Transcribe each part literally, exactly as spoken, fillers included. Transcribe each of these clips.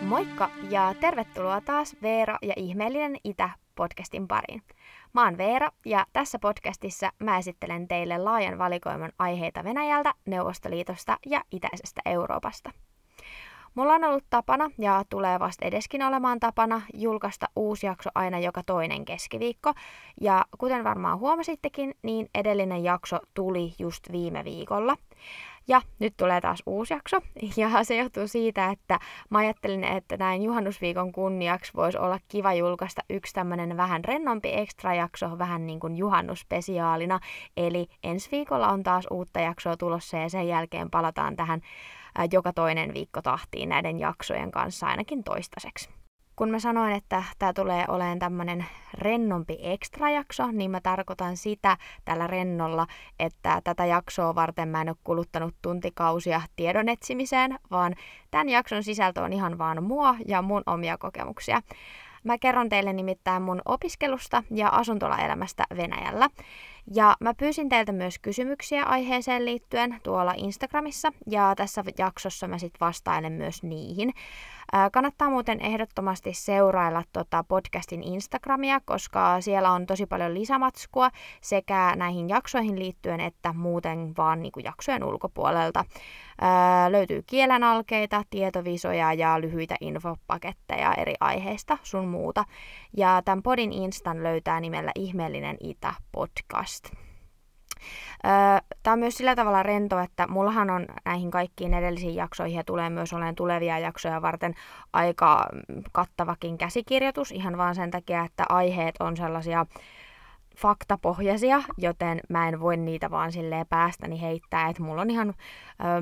Moikka ja tervetuloa taas Veera ja ihmeellinen Itä podcastin pariin. Mä oon Veera ja tässä podcastissa mä esittelen teille laajan valikoiman aiheita Venäjältä, Neuvostoliitosta ja itäisestä Euroopasta. Mulla on ollut tapana ja tulee vasta edeskin olemaan tapana julkaista uusi jakso aina joka toinen keskiviikko. Ja kuten varmaan huomasittekin, niin edellinen jakso tuli just viime viikolla. Ja nyt tulee taas uusi jakso, ja se johtuu siitä, että mä ajattelin, että näin juhannusviikon kunniaksi voisi olla kiva julkaista yksi tämmönen vähän rennompi extra jakso, vähän niin kuin juhannusspesiaalina. Eli ensi viikolla on taas uutta jaksoa tulossa, ja sen jälkeen palataan tähän ää, joka toinen viikko tahtiin näiden jaksojen kanssa ainakin toistaiseksi. Kun mä sanoin, että tää tulee olemaan tämmönen rennompi extra-jakso, niin mä tarkoitan sitä tällä rennolla, että tätä jaksoa varten mä en ole kuluttanut tuntikausia tiedon etsimiseen, vaan tämän jakson sisältö on ihan vaan mua ja mun omia kokemuksia. Mä kerron teille nimittäin mun opiskelusta ja asuntolaelämästä Venäjällä. Ja mä pyysin teiltä myös kysymyksiä aiheeseen liittyen tuolla Instagramissa, ja tässä jaksossa mä sit vastailen myös niihin. Ää, kannattaa muuten ehdottomasti seurailla tota podcastin Instagramia, koska siellä on tosi paljon lisämatskua sekä näihin jaksoihin liittyen että muuten vaan niinku jaksojen ulkopuolelta. Ää, löytyy kielenalkeita, tietovisoja ja lyhyitä infopaketteja eri aiheista sun muuta. Ja tämän podin Instan löytää nimellä Ihmeellinen Itä podcast. Tämä on myös sillä tavalla rento, että mullahan on näihin kaikkiin edellisiin jaksoihin ja tulee myös olemaan tulevia jaksoja varten aika kattavakin käsikirjoitus, ihan vaan sen takia, että aiheet on sellaisia faktapohjaisia, joten mä en voi niitä vaan silleen päästäni heittää, että mulla on ihan ö,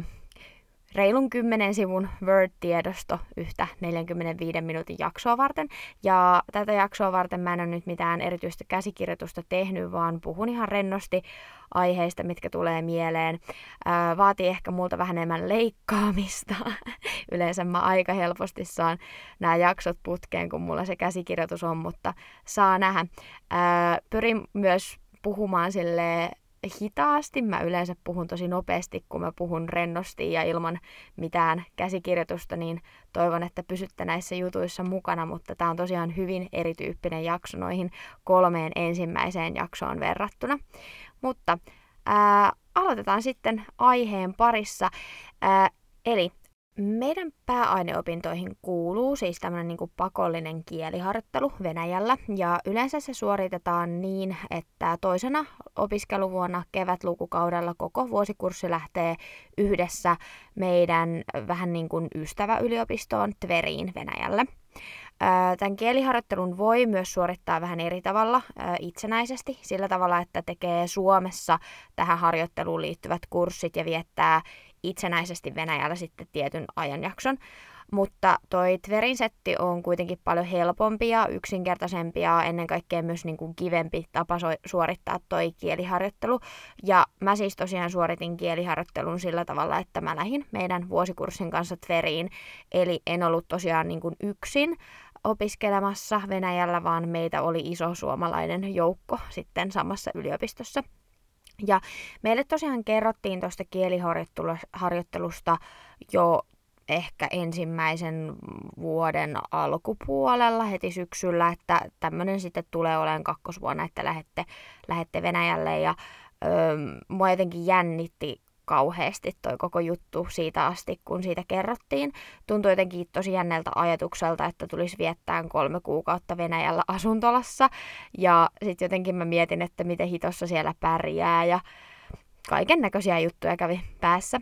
reilun kymmenen sivun Word-tiedosto yhtä neljänkymmenenviiden minuutin jaksoa varten. Ja tätä jaksoa varten mä en ole nyt mitään erityistä käsikirjoitusta tehnyt, vaan puhun ihan rennosti aiheista, mitkä tulee mieleen. Ää, vaatii ehkä multa vähän enemmän leikkaamista. Yleensä mä aika helposti saan nämä jaksot putkeen, kun mulla se käsikirjoitus on, mutta saa nähdä. Ää, pyrin myös puhumaan silleen hitaasti. Mä yleensä puhun tosi nopeasti, kun mä puhun rennosti ja ilman mitään käsikirjoitusta, niin toivon, että pysytte näissä jutuissa mukana, mutta tää on tosiaan hyvin erityyppinen jakso noihin kolmeen ensimmäiseen jaksoon verrattuna. Mutta ää, aloitetaan sitten aiheen parissa. Ää, eli meidän pääaineopintoihin kuuluu siis tämmöinen niin kuin pakollinen kieliharjoittelu Venäjällä, ja yleensä se suoritetaan niin, että toisena opiskeluvuonna kevätlukukaudella koko vuosikurssi lähtee yhdessä meidän vähän niin kuin ystäväyliopistoon Tveriin Venäjällä. Tämän kieliharjoittelun voi myös suorittaa vähän eri tavalla itsenäisesti, sillä tavalla, että tekee Suomessa tähän harjoitteluun liittyvät kurssit ja viettää itsenäisesti Venäjällä sitten tietyn ajanjakson. Mutta toi Tverin setti on kuitenkin paljon helpompi ja yksinkertaisempi ja ennen kaikkea myös niin kuin kivempi tapa suorittaa toi kieliharjoittelu. Ja mä siis tosiaan suoritin kieliharjoittelun sillä tavalla, että mä lähdin meidän vuosikurssin kanssa Tveriin. Eli en ollut tosiaan niin kuin yksin opiskelemassa Venäjällä, vaan meitä oli iso suomalainen joukko sitten samassa yliopistossa. Ja meille tosiaan kerrottiin tuosta kieliharjoittelusta jo ehkä ensimmäisen vuoden alkupuolella heti syksyllä, että tämmöinen sitten tulee olemaan kakkosvuonna, että lähette, lähette Venäjälle, ja öö, mua jotenkin jännitti kauheasti toi koko juttu siitä asti, kun siitä kerrottiin. Tuntui jotenkin tosi jännältä ajatukselta, että tulisi viettää kolme kuukautta Venäjällä asuntolassa, ja sitten jotenkin mä mietin, että miten hitossa siellä pärjää, ja kaiken näköisiä juttuja kävi päässä.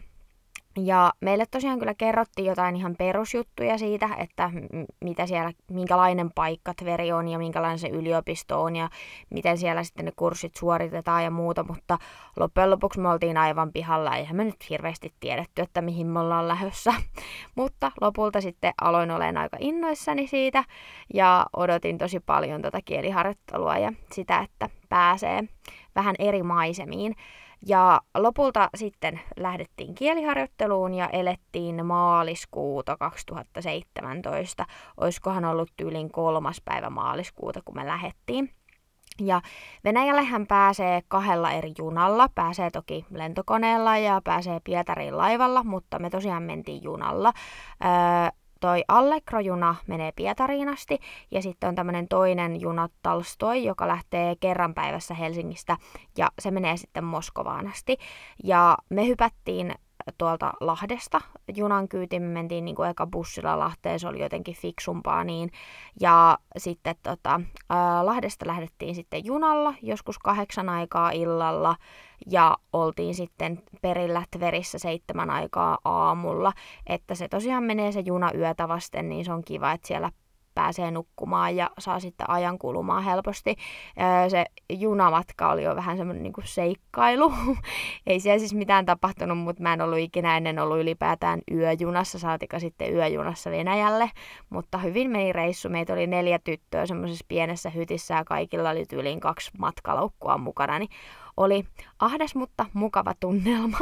Ja meille tosiaan kyllä kerrottiin jotain ihan perusjuttuja siitä, että mitä siellä, minkälainen paikka Tveri on ja minkälainen se yliopisto on ja miten siellä sitten ne kurssit suoritetaan ja muuta, mutta loppujen lopuksi me oltiin aivan pihalla, eihän me nyt hirveästi tiedetty, että mihin me ollaan lähdössä. Mutta lopulta sitten aloin olemaan aika innoissani siitä ja odotin tosi paljon tätä kieliharjoittelua ja sitä, että pääsee vähän eri maisemiin. Ja lopulta sitten lähdettiin kieliharjoitteluun ja elettiin maaliskuuta kaksituhattaseitsemäntoista. Oiskohan ollut tyylin kolmas päivä maaliskuuta, kun me lähdettiin. Ja Venäjällehän pääsee kahdella eri junalla. Pääsee toki lentokoneella ja pääsee Pietariin laivalla, mutta me tosiaan mentiin junalla. Öö, toi Allegro-juna menee Pietariin asti, ja sitten on tämmöinen toinen juna Tolstoi, joka lähtee kerran päivässä Helsingistä, ja se menee sitten Moskovaan asti. Ja me hypättiin tuolta Lahdesta junan kyytiin, me mentiin niin kuin eka bussilla Lahteen, se oli jotenkin fiksumpaa niin, ja sitten tota, ää, Lahdesta lähdettiin sitten junalla joskus kahdeksan aikaa illalla, ja oltiin sitten perillä Tverissä seitsemän aikaa aamulla, että se tosiaan menee se juna yötä vasten, niin se on kiva, että siellä pääsee nukkumaan ja saa sitten ajan kulumaan helposti. Se junamatka oli jo vähän semmoinen niin kuin seikkailu. Ei siellä siis mitään tapahtunut, mutta mä en ollut ikinä ennen ollut ylipäätään yöjunassa, saatika sitten yöjunassa Venäjälle. Mutta hyvin meni reissu. Meitä oli neljä tyttöä semmoisessa pienessä hytissä ja kaikilla oli tyyliin kaksi matkalaukkua mukana. Niin oli ahdas, mutta mukava tunnelma.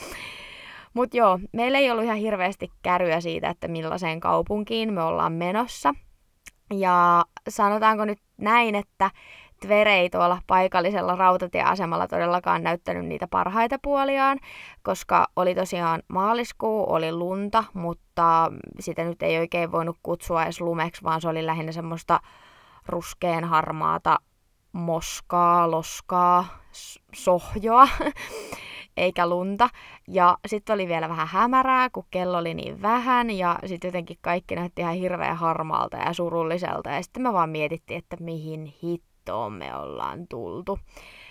Mutta joo, meillä ei ollut ihan hirveästi käryä siitä, että millaiseen kaupunkiin me ollaan menossa. Ja sanotaanko nyt näin, että Tvere ei tuolla paikallisella rautatieasemalla todellakaan näyttänyt niitä parhaita puoliaan, koska oli tosiaan maaliskuu, oli lunta, mutta sitä nyt ei oikein voinut kutsua edes lumeksi, vaan se oli lähinnä semmoista ruskeen harmaata moskaa, loskaa, sohjoa, eikä lunta. Ja sitten oli vielä vähän hämärää, kun kello oli niin vähän, ja sitten jotenkin kaikki näytti ihan hirveän harmaalta ja surulliselta, ja sitten me vaan mietittiin, että mihin hittoon me ollaan tultu.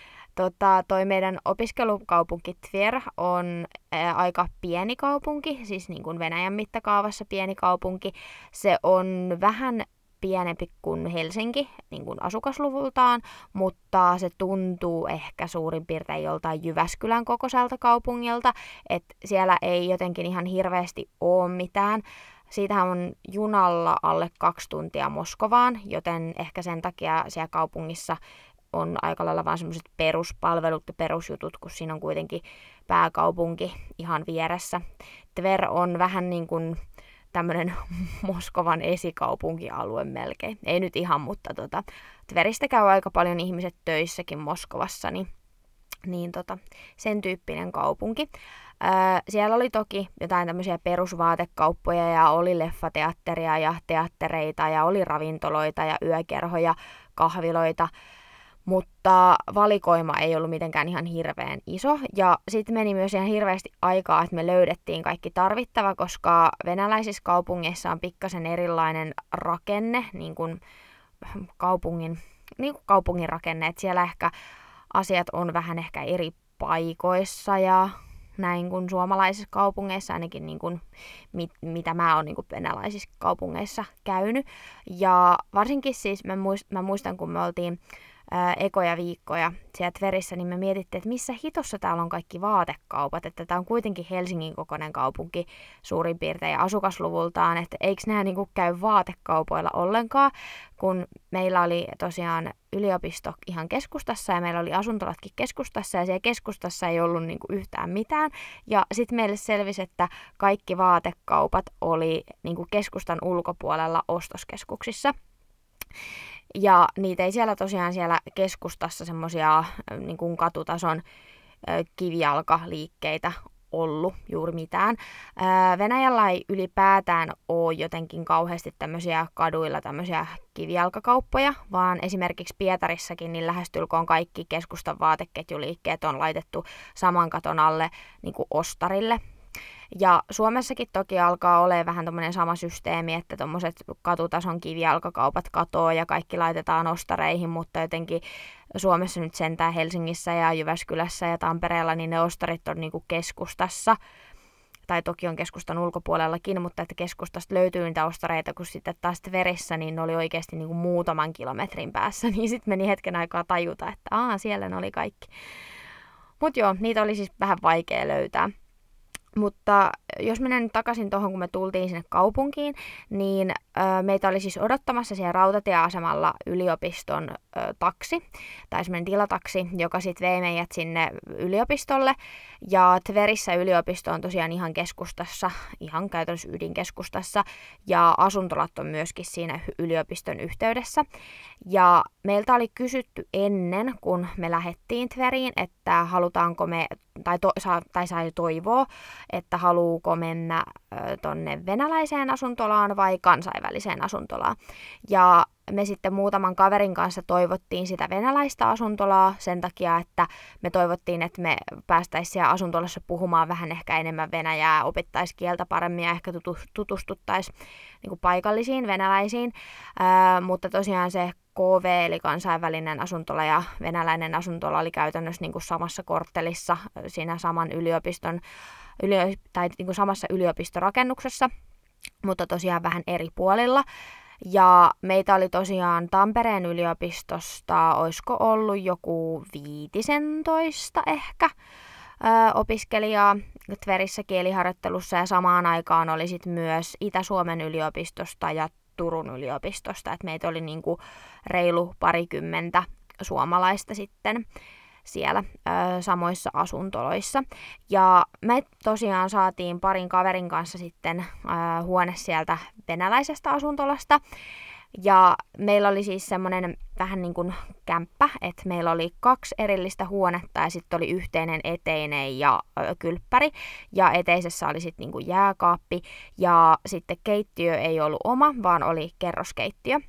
Tota, toi meidän opiskelukaupunki Tver on ää, aika pieni kaupunki, siis niin kuin Venäjän mittakaavassa pieni kaupunki. Se on vähän pienempi kuin Helsinki niin kuin asukasluvultaan, mutta se tuntuu ehkä suurin piirtein joltain Jyväskylän kokoiselta kaupungilta, että siellä ei jotenkin ihan hirveästi ole mitään. Siitähän on junalla alle kaksi tuntia Moskovaan, joten ehkä sen takia siellä kaupungissa on aika lailla vaan semmoiset peruspalvelut ja perusjutut, kun siinä on kuitenkin pääkaupunki ihan vieressä. Tver on vähän niin kuin tämmöinen Moskovan esikaupunkialue melkein. Ei nyt ihan, mutta tota, Tveristä käy aika paljon ihmiset töissäkin Moskovassa, niin, niin tota, sen tyyppinen kaupunki. Öö, siellä oli toki jotain tämmöisiä perusvaatekauppoja ja oli leffateatteria ja teattereita ja oli ravintoloita ja yökerhoja, kahviloita, mutta valikoima ei ollut mitenkään ihan hirveän iso. Ja sitten meni myös ihan hirveästi aikaa, että me löydettiin kaikki tarvittava, koska venäläisissä kaupungeissa on pikkasen erilainen rakenne, niin kuin kaupungin, niin kuin kaupungin rakenne. Että siellä ehkä asiat on vähän ehkä eri paikoissa ja näin kuin suomalaisissa kaupungeissa, ainakin niin kuin, mit, mitä mä oon niin kuin venäläisissä kaupungeissa käynyt. Ja varsinkin siis mä, muist, mä muistan, kun me oltiin ää, ekoja viikkoja siellä Tverissä, niin me mietittiin, että missä hitossa täällä on kaikki vaatekaupat, että tää on kuitenkin Helsingin kokoinen kaupunki suurin piirtein asukasluvultaan, että eikö nämä niin kuin käy vaatekaupoilla ollenkaan, kun meillä oli tosiaan yliopisto ihan keskustassa ja meillä oli asuntolatkin keskustassa ja siellä keskustassa ei ollut niin kuin yhtään mitään. Ja sitten meille selvisi, että kaikki vaatekaupat oli niin kuin keskustan ulkopuolella ostoskeskuksissa. Ja niitä ei siellä tosiaan siellä keskustassa semmoisia niin kuin katutason kivijalkaliikkeitä ollut juuri mitään. Venäjällä ei ylipäätään ole jotenkin kauheasti tämmöisiä kaduilla tämmöisiä kivijalkakauppoja, vaan esimerkiksi Pietarissakin niin lähestulkoon kaikki keskustan vaateketjuliikkeet on laitettu saman katon alle niin kuin ostarille. Ja Suomessakin toki alkaa olemaan vähän tommoinen sama systeemi, että tommoset katutason kivijalkakaupat katoo ja kaikki laitetaan ostareihin, mutta jotenkin Suomessa nyt sentään Helsingissä ja Jyväskylässä ja Tampereella, niin ne ostarit on niinku keskustassa. Tai toki on keskustan ulkopuolellakin, mutta että keskustasta löytyy niitä ostareita, kun sitten taas Tverissä, niin ne oli oikeasti niinku muutaman kilometrin päässä. Niin sitten meni hetken aikaa tajuta, että aa, siellä ne oli kaikki. Mut joo, niitä oli siis vähän vaikea löytää. Mutta jos mennään nyt takaisin tuohon, kun me tultiin sinne kaupunkiin, niin meitä oli siis odottamassa siellä rautatieasemalla yliopiston ö, taksi, tai semmoinen tilataksi, joka sitten vei meidät sinne yliopistolle. Ja Tverissä yliopisto on tosiaan ihan keskustassa, ihan käytännössä ydinkeskustassa, ja asuntolat on myöskin siinä yliopiston yhteydessä. Ja meiltä oli kysytty ennen, kun me lähdettiin Tveriin, että halutaanko me, tai, to, tai sai toivoa, että haluuko mennä ö, tonne venäläiseen asuntolaan vai kansainväliseen asuntolaan. Ja me sitten muutaman kaverin kanssa toivottiin sitä venäläistä asuntolaa sen takia, että me toivottiin, että me päästäisiin siellä asuntolassa puhumaan vähän ehkä enemmän venäjää, opittaisiin kieltä paremmin ja ehkä tutustuttaisiin niin kuin paikallisiin venäläisiin. Ää, mutta tosiaan se K V eli kansainvälinen asuntola ja venäläinen asuntola oli käytännössä niin kuin samassa korttelissa siinä saman yliopiston, yliop, tai niin kuin samassa yliopistorakennuksessa, mutta tosiaan vähän eri puolilla. Ja meitä oli tosiaan Tampereen yliopistosta, olisiko ollut joku viitisentoista ehkä ö, opiskelijaa Tverissä kieliharjoittelussa, ja samaan aikaan oli sit myös Itä-Suomen yliopistosta ja Turun yliopistosta, että meitä oli niinku reilu parikymmentä suomalaista sitten siellä ö, samoissa asuntoloissa. Ja me tosiaan saatiin parin kaverin kanssa sitten ö, huone sieltä venäläisestä asuntolasta. Ja meillä oli siis semmoinen vähän niin kuin kämppä, että meillä oli kaksi erillistä huonetta ja sitten oli yhteinen eteinen ja ö, kylppäri. Ja eteisessä oli sitten niin kuin jääkaappi ja sitten keittiö ei ollut oma, vaan oli kerroskeittiö.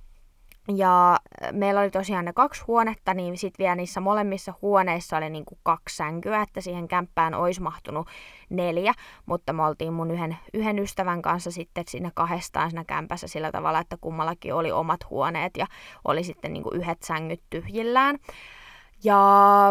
Ja meillä oli tosiaan ne kaksi huonetta, niin sitten vielä niissä molemmissa huoneissa oli niinku kaksi sänkyä, että siihen kämppään olisi mahtunut neljä, mutta me oltiin mun yhden, yhden ystävän kanssa sitten siinä kahdestaan siinä kämpässä sillä tavalla, että kummallakin oli omat huoneet ja oli sitten niinku yhdet sängyt tyhjillään. Ja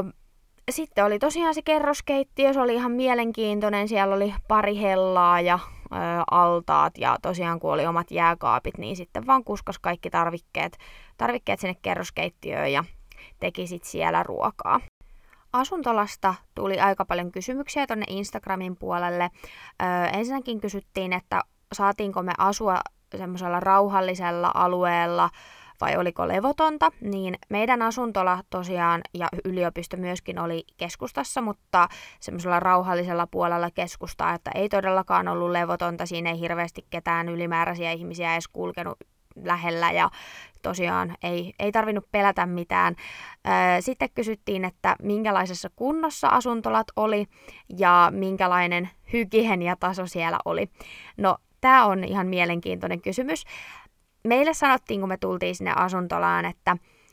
sitten oli tosiaan se kerroskeittiö, se oli ihan mielenkiintoinen, siellä oli pari hellaa ja ö, altaat ja tosiaan kun oli omat jääkaapit, niin sitten vaan kuskas kaikki tarvikkeet, tarvikkeet sinne kerroskeittiöön ja teki sitten siellä ruokaa. Asuntolasta tuli aika paljon kysymyksiä tonne Instagramin puolelle. Ö, ensinnäkin kysyttiin, että saatiinko me asua semmoisella rauhallisella alueella, vai oliko levotonta, niin meidän asuntola tosiaan ja yliopisto myöskin oli keskustassa, mutta semmoisella rauhallisella puolella keskustaa, että ei todellakaan ollut levotonta, siinä ei hirveästi ketään ylimääräisiä ihmisiä edes kulkenut lähellä ja tosiaan ei, ei tarvinnut pelätä mitään. Sitten kysyttiin, että minkälaisessa kunnossa asuntolat oli ja minkälainen hygieniataso siellä oli. No, tämä on ihan mielenkiintoinen kysymys. Meille sanottiin, kun me tultiin sinne asuntolaan, että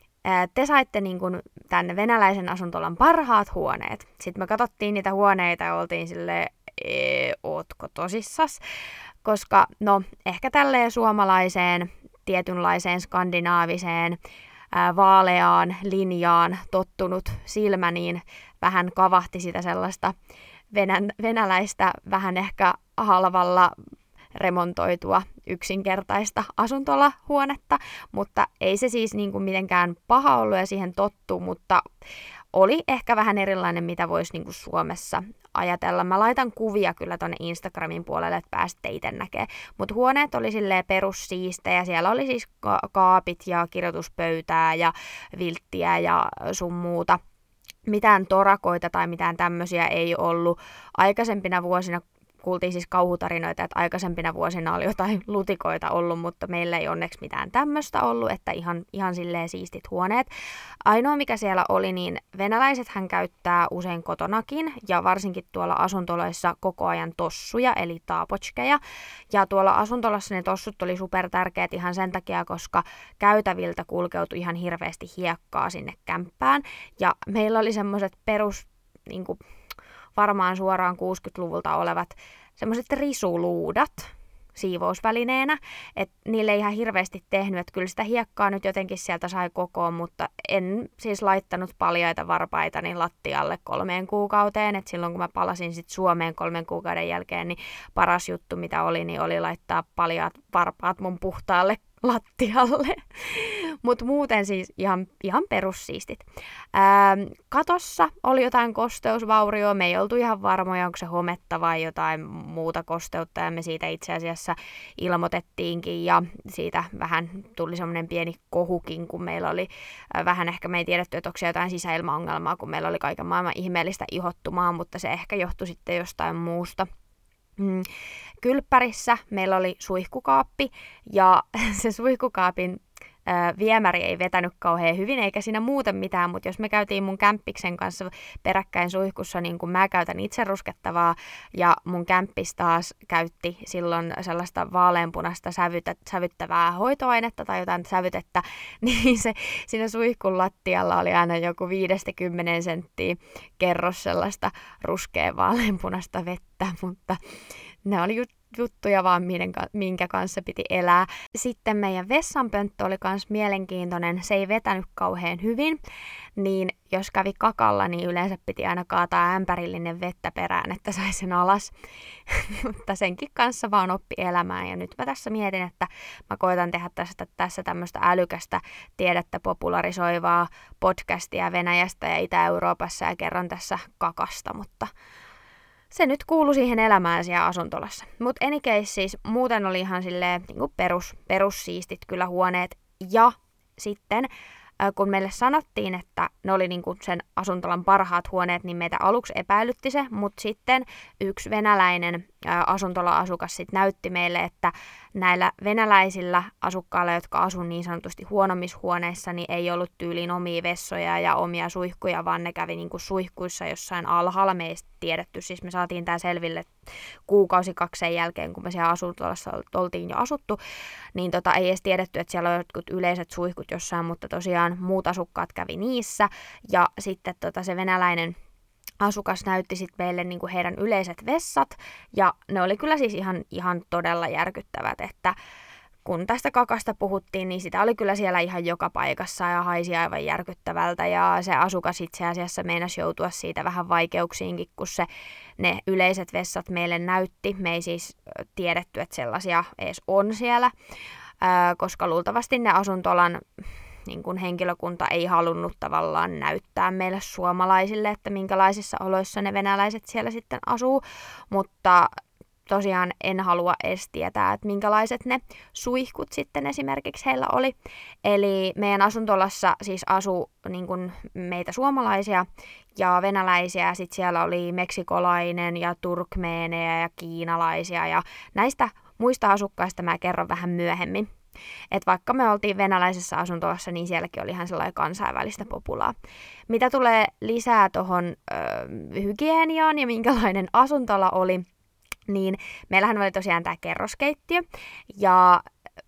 te saitte niin kuin tänne venäläisen asuntolan parhaat huoneet. Sitten me katsottiin niitä huoneita ja oltiin silleen, ootko tosissas? Koska no ehkä tälleen suomalaiseen, tietynlaiseen skandinaaviseen, ää, vaaleaan linjaan tottunut silmä, niin vähän kavahti sitä sellaista venän, venäläistä, vähän ehkä halvalla remontoitua yksinkertaista asuntolahuonetta, mutta ei se siis niin kuin mitenkään paha ollut ja siihen tottuu, mutta oli ehkä vähän erilainen, mitä voisi niin kuin Suomessa ajatella. Mä laitan kuvia kyllä tonne Instagramin puolelle, että pääsette itse näkemään. Mutta huoneet oli silleen perussiistejä. Siellä oli siis ka- kaapit ja kirjoituspöytää ja vilttiä ja sun muuta. Mitään torakoita tai mitään tämmöisiä ei ollut. Aikaisempina vuosina kuultiin siis kauhutarinoita, että aikaisempina vuosina oli jotain lutikoita ollut, mutta meillä ei onneksi mitään tämmöistä ollut, että ihan, ihan silleen siistit huoneet. Ainoa mikä siellä oli, niin venäläiset hän käyttää usein kotonakin ja varsinkin tuolla asuntoloissa koko ajan tossuja, eli taapotskeja. Ja tuolla asuntolassa ne tossut oli super tärkeät ihan sen takia, koska käytäviltä kulkeutui ihan hirveästi hiekkaa sinne kämppään. Ja meillä oli semmoiset perus, niin kuin, varmaan suoraan kuusikymmentäluvulta olevat semmoiset risuluudat siivousvälineenä, että niille ei ihan hirveästi tehnyt, että kyllä sitä hiekkaa nyt jotenkin sieltä sai kokoon, mutta en siis laittanut paljaita varpaitani lattialle kolmeen kuukauteen, että silloin kun mä palasin sitten Suomeen kolmen kuukauden jälkeen, niin paras juttu mitä oli, niin oli laittaa paljaat varpaat mun puhtaalle lattialle. Mutta muuten siis ihan, ihan perussiistit. Ää, katossa oli jotain kosteusvaurioa, me ei oltu ihan varmoja, onko se hometta vai jotain muuta kosteutta, ja me siitä itse asiassa ilmoitettiinkin, ja siitä vähän tuli semmoinen pieni kohukin, kun meillä oli ää, vähän ehkä, me ei tiedetty, että onko se jotain sisäilmaongelmaa, kun meillä oli kaiken maailman ihmeellistä ihottumaa, mutta se ehkä johtui sitten jostain muusta. Mm. Kylppärissä meillä oli suihkukaappi, ja se suihkukaapin viemäri ei vetänyt kauhean hyvin, eikä siinä muuten mitään, mutta jos me käytiin mun kämppiksen kanssa peräkkäin suihkussa, niin kun mä käytän itse ruskettavaa, ja mun kämppis taas käytti silloin sellaista vaaleanpunaista sävytä, sävyttävää hoitoainetta tai jotain sävytettä, niin se siinä suihkun lattialla oli aina joku viidestä kymmeneen senttiä kerros sellaista ruskea vaaleanpunaista vettä, mutta ne oli just juttuja vaan, minkä kanssa piti elää. Sitten meidän vessanpönttö oli myös mielenkiintoinen. Se ei vetänyt kauhean hyvin, niin jos kävi kakalla, niin yleensä piti aina kaataa ämpärillinen vettä perään, että sai sen alas. Mutta senkin kanssa vaan oppi elämään. Ja nyt mä tässä mietin, että mä koitan tehdä tästä, tässä tämmöistä älykästä tiedettä popularisoivaa podcastia Venäjästä ja Itä-Euroopassa ja kerron tässä kakasta, mutta se nyt kuului siihen elämään siellä asuntolassa. Mutta any case siis muuten oli ihan silleen niin perus, perussiistit kyllä huoneet. Ja sitten kun meille sanottiin, että ne oli niin kuin sen asuntolan parhaat huoneet, niin meitä aluksi epäilytti se, mutta sitten yksi venäläinen asuntola-asukas sit näytti meille, että näillä venäläisillä asukkailla, jotka asuivat niin sanotusti huonommissa huoneissa, niin ei ollut tyyliin omia vessoja ja omia suihkuja, vaan ne kävi niin kuin suihkuissa jossain alhaalla. Me ei tiedetty, siis me saatiin tämä selville kuukausi kaksi sen jälkeen, kun me siellä asuntolassa oltiin jo asuttu, niin tota, ei edes tiedetty, että siellä on jotkut yleiset suihkut jossain, mutta tosiaan muut asukkaat kävi niissä, ja sitten tota, se venäläinen asukas näytti sitten meille niinku heidän yleiset vessat, ja ne oli kyllä siis ihan, ihan todella järkyttävät, että kun tästä kakasta puhuttiin, niin sitä oli kyllä siellä ihan joka paikassa ja haisi aivan järkyttävältä, ja se asukas itse asiassa meinasi joutua siitä vähän vaikeuksiinkin, kun se ne yleiset vessat meille näytti. Me ei siis tiedetty, että sellaisia edes on siellä, koska luultavasti ne asuntolan niin kun henkilökunta ei halunnut tavallaan näyttää meille suomalaisille, että minkälaisissa oloissa ne venäläiset siellä sitten asuu, mutta tosiaan en halua edes tietää, että minkälaiset ne suihkut sitten esimerkiksi heillä oli. Eli meidän asuntolassa siis asui niin kuin meitä suomalaisia ja venäläisiä, sitten siellä oli meksikolainen ja turkmeeneja ja kiinalaisia, ja näistä muista asukkaista mä kerron vähän myöhemmin. Et vaikka me oltiin venäläisessä asuntolassa, niin sielläkin oli ihan sellainen kansainvälistä populaa. Mitä tulee lisää tuohon hygieniaan ja minkälainen asuntola oli, niin meillähän oli tosiaan tämä kerroskeittiö, ja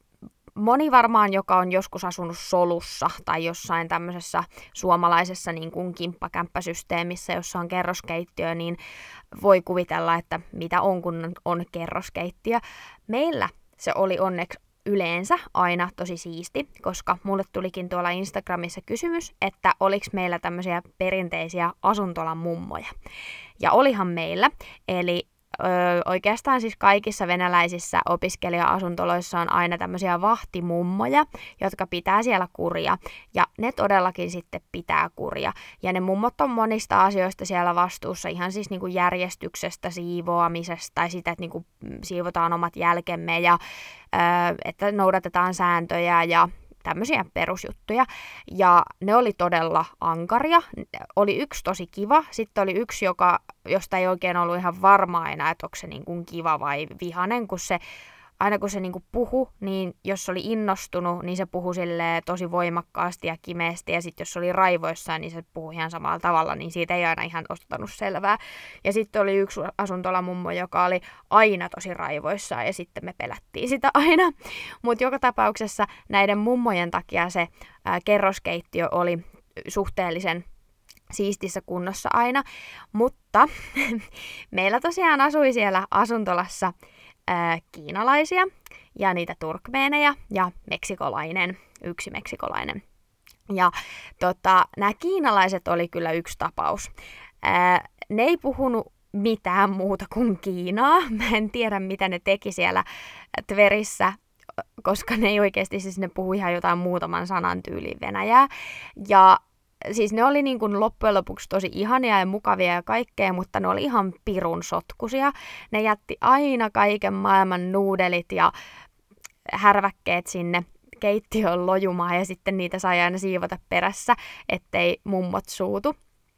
moni varmaan, joka on joskus asunut solussa tai jossain tämmöisessä suomalaisessa niin kuin kimppakämppäsysteemissä, jossa on kerroskeittiö, niin voi kuvitella, että mitä on, kun on kerroskeittiö. Meillä se oli onneksi yleensä aina tosi siisti, koska mulle tulikin tuolla Instagramissa kysymys, että oliks meillä tämmöisiä perinteisiä asuntolan mummoja. Ja olihan meillä, eli Öö, oikeastaan siis kaikissa venäläisissä opiskelija-asuntoloissa on aina tämmöisiä vahtimummoja, jotka pitää siellä kuria, ja ne todellakin sitten pitää kuria. Ja ne mummot on monista asioista siellä vastuussa, ihan siis niinku järjestyksestä, siivoamisesta tai sitä, että niinku siivotaan omat jälkemme ja öö, että noudatetaan sääntöjä ja tämmöisiä perusjuttuja, ja ne oli todella ankaria. Oli yksi tosi kiva, sitten oli yksi, joka, josta ei oikein ollut ihan varma aina, että onko se niin kuin kiva vai vihanen, kun se aina kun se niinku puhui, niin jos oli innostunut, niin se puhui silleen tosi voimakkaasti ja kimeästi, ja sitten jos oli raivoissaan, niin se puhui ihan samalla tavalla, niin siitä ei aina ihan ottanut selvää. Ja sitten oli yksi asuntolamummo, joka oli aina tosi raivoissaan, ja sitten me pelättiin sitä aina. Mutta joka tapauksessa näiden mummojen takia se ää, kerroskeittiö oli suhteellisen siistissä kunnossa aina, mutta meillä tosiaan asui siellä asuntolassa ää, kiinalaisia ja niitä turkmeeneja ja meksikolainen, yksi meksikolainen. Ja tota, nämä kiinalaiset oli kyllä yksi tapaus. Ää, ne ei puhunut mitään muuta kuin kiinaa. Mä en tiedä, mitä ne teki siellä Tverissä koska ne ei oikeasti, siis ne puhui ihan jotain muutaman sanan tyyliin venäjää. Ja siis ne oli niin kuin loppujen lopuksi tosi ihania ja mukavia ja kaikkea, mutta ne oli ihan pirun sotkusia. Ne jätti aina kaiken maailman nuudelit ja härväkkeet sinne keittiöön lojumaan ja sitten niitä sai aina siivota perässä, ettei mummot suutu.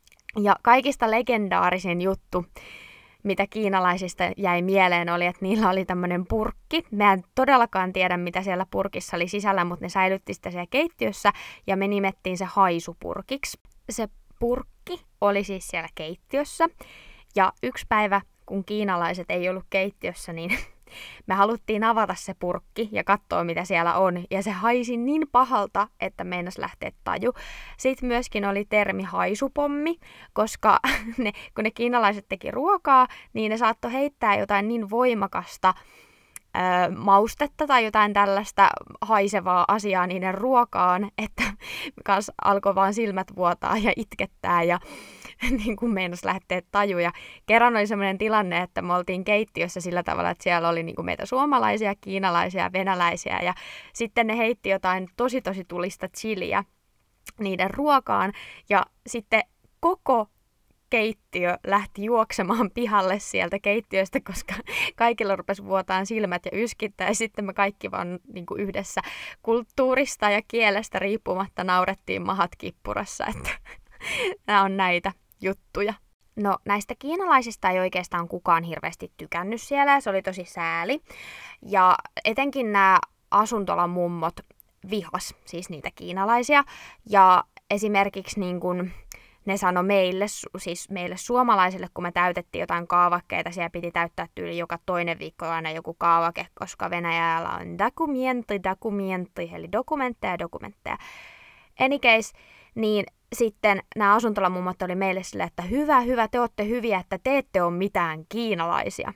Ja kaikista legendaarisin juttu, mitä kiinalaisista jäi mieleen, oli, että niillä oli tämmöinen purkki. Mä en todellakaan tiedä, mitä siellä purkissa oli sisällä, mutta ne säilytti sitä siellä keittiössä ja me nimettiin se haisupurkiksi. Se purkki oli siis siellä keittiössä ja yksi päivä, kun kiinalaiset ei ollut keittiössä, niin me haluttiin avata se purkki ja katsoa, mitä siellä on. Ja se haisi niin pahalta, että meinas lähteä taju. Sitten myöskin oli termi haisupommi, koska ne, kun ne kiinalaiset teki ruokaa, niin ne saattoi heittää jotain niin voimakasta ö, maustetta tai jotain tällaista haisevaa asiaa niiden ruokaan, että kans alkoi vaan silmät vuotaa ja itkettää ja niin kuin meinas lähteä tajuja. Kerran oli sellainen tilanne, että me oltiin keittiössä sillä tavalla, että siellä oli niin kuin meitä suomalaisia, kiinalaisia, venäläisiä ja sitten ne heitti jotain tosi tosi tulista chiliä niiden ruokaan ja sitten koko keittiö lähti juoksemaan pihalle sieltä keittiöstä, koska kaikilla rupesi vuotaan silmät ja yskittää ja sitten me kaikki vaan niin kuin yhdessä kulttuurista ja kielestä riippumatta naurettiin mahat kippurassa, että nämä on näitä juttuja. No näistä kiinalaisista ei oikeastaan kukaan hirveästi tykännyt siellä ja se oli tosi sääli. Ja etenkin nämä asuntolan mummot vihas siis niitä kiinalaisia. Ja esimerkiksi niin kun ne sanoi meille, siis meille suomalaisille, kun me täytettiin jotain kaavakkeita, siellä piti täyttää tyyli joka toinen viikko aina joku kaavake, koska Venäjällä on dokumentti, dokumentti, eli dokumentteja, dokumentteja. Any case, niin sitten nämä asuntolamummot oli meille silleen, että hyvä, hyvä, te olette hyviä, että te ette ole mitään kiinalaisia.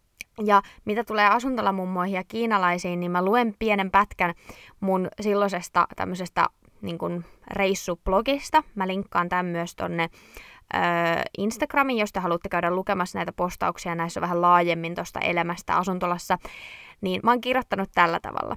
Ja mitä tulee asuntolammummoihin ja kiinalaisiin, niin mä luen pienen pätkän mun silloisesta tämmöisestä niin kuin reissublogista. Mä linkkaan tämän myös tonne ö, Instagramiin, jos te haluatte käydä lukemassa näitä postauksia näissä vähän laajemmin tuosta elämästä asuntolassa. Niin mä oon kirjoittanut tällä tavalla.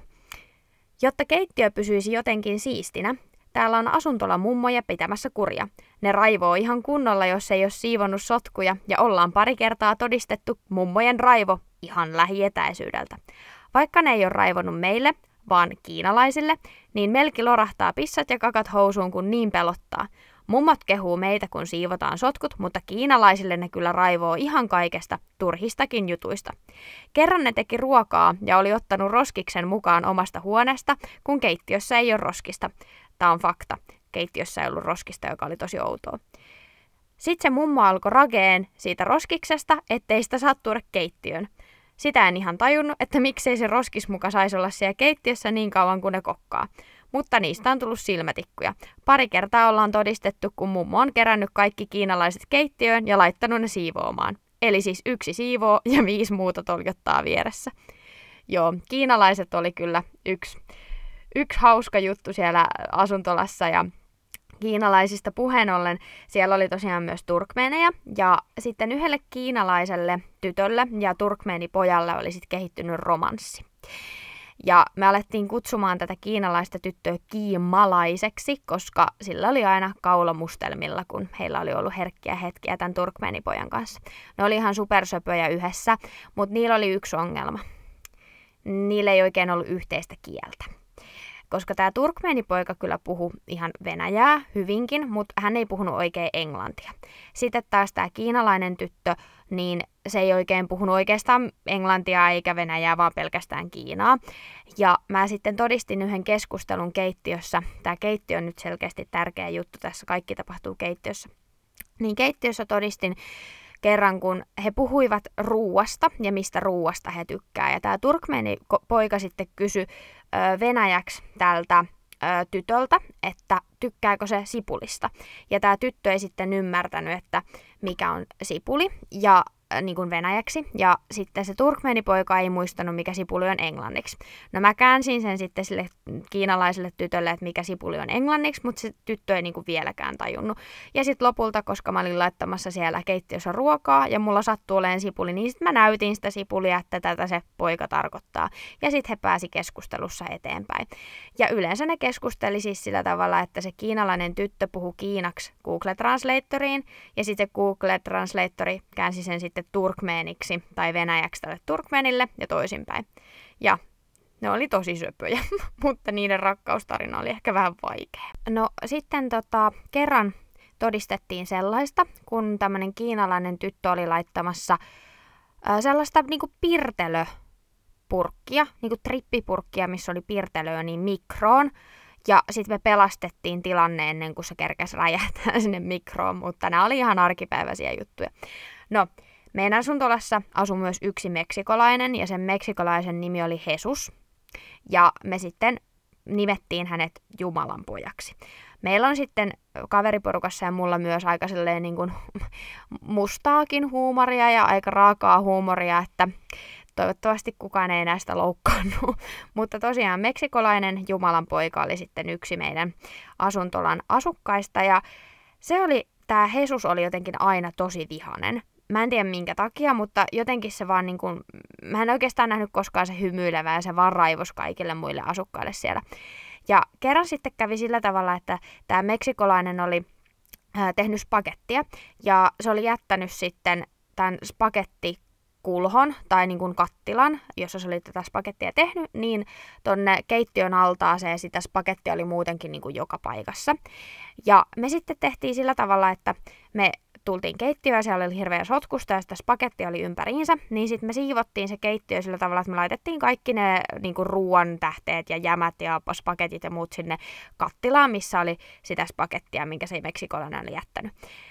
Jotta keittiö pysyisi jotenkin siistinä, täällä on asuntolammummoja pitämässä kuria. Ne raivoo ihan kunnolla, jos ei ole siivonnut sotkuja, ja ollaan pari kertaa todistettu mummojen raivo ihan lähietäisyydeltä. Vaikka ne ei ole raivonnut meille, vaan kiinalaisille, niin melki lorahtaa pissat ja kakat housuun, kun niin pelottaa. Mummot kehuu meitä, kun siivotaan sotkut, mutta kiinalaisille ne kyllä raivoo ihan kaikesta, turhistakin jutuista. Kerran ne teki ruokaa ja oli ottanut roskiksen mukaan omasta huoneesta, kun keittiössä ei ole roskista. Tämä on fakta. Keittiössä ei ollut roskista, joka oli tosi outoa. Sitten se mummo alkoi rageen siitä roskiksesta, ettei sitä saa tuoda keittiöön. Sitä en ihan tajunnut, että miksei se roskis muka saisi olla siellä keittiössä niin kauan kuin ne kokkaa. Mutta niistä on tullut silmätikkuja. Pari kertaa ollaan todistettu, kun mummo on kerännyt kaikki kiinalaiset keittiöön ja laittanut ne siivoamaan. Eli siis yksi siivoo ja viisi muuta toljottaa vieressä. Joo, kiinalaiset oli kyllä yksi, yksi hauska juttu siellä asuntolassa ja kiinalaisista puheen ollen siellä oli tosiaan myös turkmeeneja ja sitten yhdelle kiinalaiselle tytölle ja turkmeenipojalle oli sitten kehittynyt romanssi. Ja me alettiin kutsumaan tätä kiinalaista tyttöä kiimalaiseksi, koska sillä oli aina kaula mustelmilla, kun heillä oli ollut herkkiä hetkiä tämän turkmeenipojan kanssa. Ne oli ihan supersöpöjä yhdessä, mutta niillä oli yksi ongelma. Niillä ei oikein ollut yhteistä kieltä. Koska tämä turkmeenipoika kyllä puhui ihan venäjää hyvinkin, mutta hän ei puhunut oikein englantia. Sitten taas tämä kiinalainen tyttö, niin se ei oikein puhunut oikeastaan englantia eikä venäjää, vaan pelkästään kiinaa. Ja mä sitten todistin yhden keskustelun keittiössä. Tämä keittiö on nyt selkeästi tärkeä juttu, tässä kaikki tapahtuu keittiössä. Niin keittiössä todistin kerran, kun he puhuivat ruuasta ja mistä ruuasta he tykkää. Ja tämä turkmeenipoika sitten kysyi ö, venäjäksi tältä ö, tytöltä, että tykkääkö se sipulista. Ja tämä tyttö ei sitten ymmärtänyt, että mikä on sipuli. Ja äh, niin kuin venäjäksi, ja sitten se turkmeenipoika ei muistanut, mikä sipuli on englanniksi. No mä käänsin sen sitten sille kiinalaiselle tytölle, että mikä sipuli on englanniksi, mutta se tyttö ei niin kuin vieläkään tajunnut. Ja sitten lopulta, koska mä olin laittamassa siellä keittiössä ruokaa, ja mulla sattuu olemaan sipuli, niin sitten mä näytin sitä sipulia, että tätä se poika tarkoittaa. Ja sitten he pääsi keskustelussa eteenpäin. Ja yleensä ne keskusteli siis sillä tavalla, että se kiinalainen tyttö puhui kiinaksi Google Translatoriin, ja sitten Google Translatori käänsi sen sitten turkmeeniksi tai venäjäksi tälle turkmeenille ja toisinpäin. Ja ne oli tosi söpöjä, mutta niiden rakkaustarina oli ehkä vähän vaikea. No sitten tota, kerran todistettiin sellaista, kun tämmöinen kiinalainen tyttö oli laittamassa ää, sellaista niinku pirtelöpurkkia, niinku trippipurkkia, missä oli pirtelöä, niin mikroon. Ja sitten me pelastettiin tilanne ennen kuin se kerkesi räjähtää sinne mikroon, mutta nämä oli ihan arkipäiväisiä juttuja. No, meidän asuntolassa asui myös yksi meksikolainen, ja sen meksikolaisen nimi oli Jesus. Ja me sitten nimettiin hänet Jumalan pojaksi. Meillä on sitten kaveriporukassa ja mulla myös aika silleen niin kuin mustaakin huumoria ja aika raakaa huumoria, että toivottavasti kukaan ei näistä loukkaannut. Mutta tosiaan meksikolainen Jumalan poika oli sitten yksi meidän asuntolan asukkaista, ja se oli, tämä Jesus oli jotenkin aina tosi vihainen. Mä en tiedä minkä takia, mutta jotenkin se vaan niin kuin, mä en oikeastaan nähnyt koskaan se hymyilevä ja se vaan raivos kaikille muille asukkaille siellä. Ja kerran sitten kävi sillä tavalla, että tämä meksikolainen oli äh, tehnyt spagettia, ja se oli jättänyt sitten tämän spagettikulhon tai niin kuin kattilan, jossa se oli tätä spagettia tehnyt, niin tonne keittiön altaaseen sitä spagettia oli muutenkin niin kuin joka paikassa. Ja me sitten tehtiin sillä tavalla, että me tultiin keittiöön ja siellä oli hirveä sotkusta ja sitä spagettia oli ympäriinsä, niin sitten me siivottiin se keittiö sillä tavalla, että me laitettiin kaikki ne niinku ruoan tähteet ja jämät ja spagetit ja muut sinne kattilaan, missä oli sitä spagettia, minkä se meksikolainen oli jättänyt.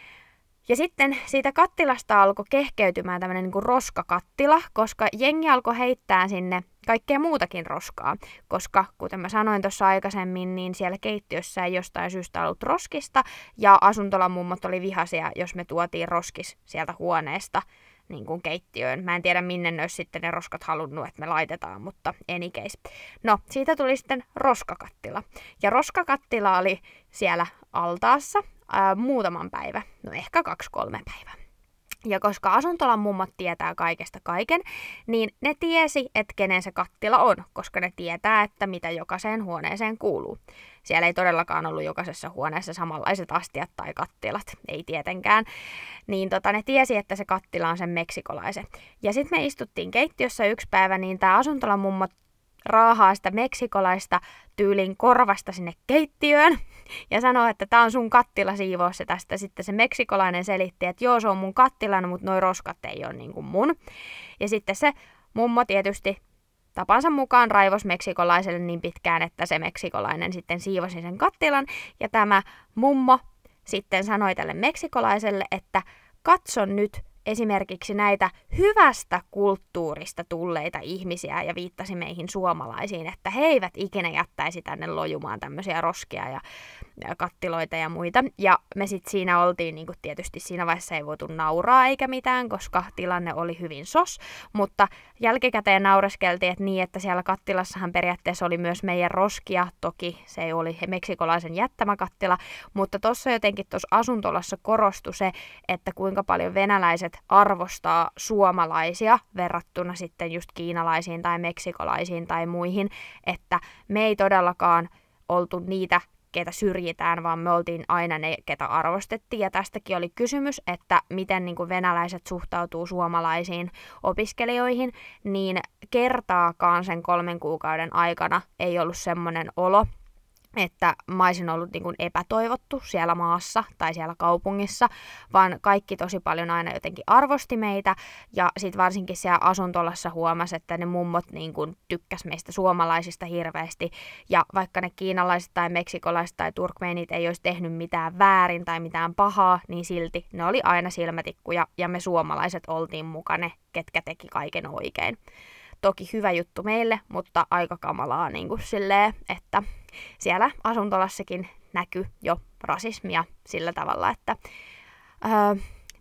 Ja sitten siitä kattilasta alkoi kehkeytymään tämmöinen niinku roskakattila, koska jengi alkoi heittää sinne kaikkea muutakin roskaa, koska kuten mä sanoin tuossa aikaisemmin, niin siellä keittiössä ei jostain syystä ollut roskista, ja asuntolan mummot oli vihaisia, jos me tuotiin roskis sieltä huoneesta niin kuin keittiöön. Mä en tiedä, minne ne olisi sitten ne roskat halunnut, että me laitetaan, mutta any case. No, siitä tuli sitten roskakattila. Ja roskakattila oli siellä altaassa ää, muutaman päivän, no ehkä kaksi-kolme päivää. Ja koska asuntolan mummot tietää kaikesta kaiken, niin ne tiesi, että kenen se kattila on, koska ne tietää, että mitä jokaiseen huoneeseen kuuluu. Siellä ei todellakaan ollut jokaisessa huoneessa samanlaiset astiat tai kattilat, ei tietenkään. Niin tota, ne tiesi, että se kattila on sen meksikolaisen. Ja sitten me istuttiin keittiössä yksi päivä, niin tämä asuntolan mummot raahaa sitä meksikolaista tyylin korvasta sinne keittiöön ja sanoi, että tää on sun kattila, siivoo se tästä. Sitten se meksikolainen selitti, että joo, se on mun kattilana, mutta noi roskat ei ole niin kuin mun. Ja sitten se mummo tietysti tapansa mukaan raivos meksikolaiselle niin pitkään, että se meksikolainen sitten siivosi sen kattilan. Ja tämä mummo sitten sanoi tälle meksikolaiselle, että katso nyt esimerkiksi näitä hyvästä kulttuurista tulleita ihmisiä ja viittasi meihin suomalaisiin, että he eivät ikinä jättäisi tänne lojumaan tämmöisiä roskia ja, ja kattiloita ja muita. Ja me sitten siinä oltiin, niin kuin tietysti siinä vaiheessa ei voitu nauraa eikä mitään, koska tilanne oli hyvin sos, mutta jälkikäteen naureskeltiin, että niin, että siellä kattilassahan periaatteessa oli myös meidän roskia, toki se ei oli meksikolaisen jättämä kattila, mutta tuossa jotenkin tuossa asuntolassa korostui se, että kuinka paljon venäläiset arvostaa suomalaisia verrattuna sitten just kiinalaisiin tai meksikolaisiin tai muihin, että me ei todellakaan oltu niitä, ketä syrjitään, vaan me oltiin aina ne, ketä arvostettiin. Ja tästäkin oli kysymys, että miten niin kuin venäläiset suhtautuu suomalaisiin opiskelijoihin, niin kertaakaan sen kolmen kuukauden aikana ei ollut semmoinen olo, että mä olisin ollut niin kuin epätoivottu siellä maassa tai siellä kaupungissa, vaan kaikki tosi paljon aina jotenkin arvosti meitä, ja sitten varsinkin siellä asuntolassa huomasi, että ne mummot niin kuin tykkäs meistä suomalaisista hirveästi, ja vaikka ne kiinalaiset tai meksikolaiset tai turkmeenit ei olisi tehnyt mitään väärin tai mitään pahaa, niin silti ne oli aina silmätikkuja, ja me suomalaiset oltiin mukana, ketkä teki kaiken oikein. Toki hyvä juttu meille, mutta aika kamalaa niin kuin silleen, että siellä asuntolassakin näkyi jo rasismia sillä tavalla, että öö,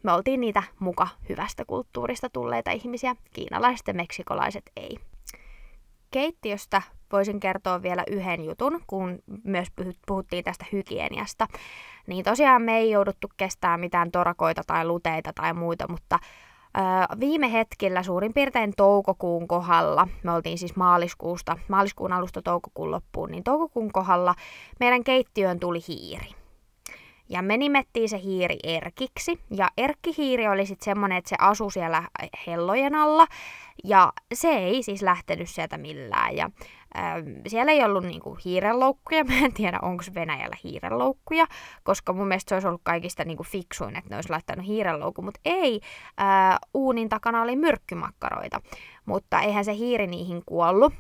me oltiin niitä muka hyvästä kulttuurista tulleita ihmisiä, kiinalaiset ja meksikolaiset ei. Keittiöstä voisin kertoa vielä yhden jutun, kun myös puhuttiin tästä hygieniasta. Niin tosiaan me ei jouduttu kestämään mitään torakoita tai luteita tai muita, mutta ö, viime hetkellä suurin piirtein toukokuun kohdalla, me oltiin siis maaliskuusta, maaliskuun alusta toukokuun loppuun, niin toukokuun kohdalla meidän keittiöön tuli hiiri. Ja me nimettiin se hiiri Erkiksi, ja Erkkihiiri oli sitten semmoinen, että se asui siellä hellojen alla, ja se ei siis lähtenyt sieltä millään. Ja äh, siellä ei ollut niinku hiirenloukkuja, mä en tiedä onko Venäjällä hiirenloukkuja, koska mun mielestä se olisi ollut kaikista niinku fiksuin, että ne olisi laittanut hiirenloukun, mutta ei, äh, uunin takana oli myrkkymakkaroita, mutta eihän se hiiri niihin kuollut.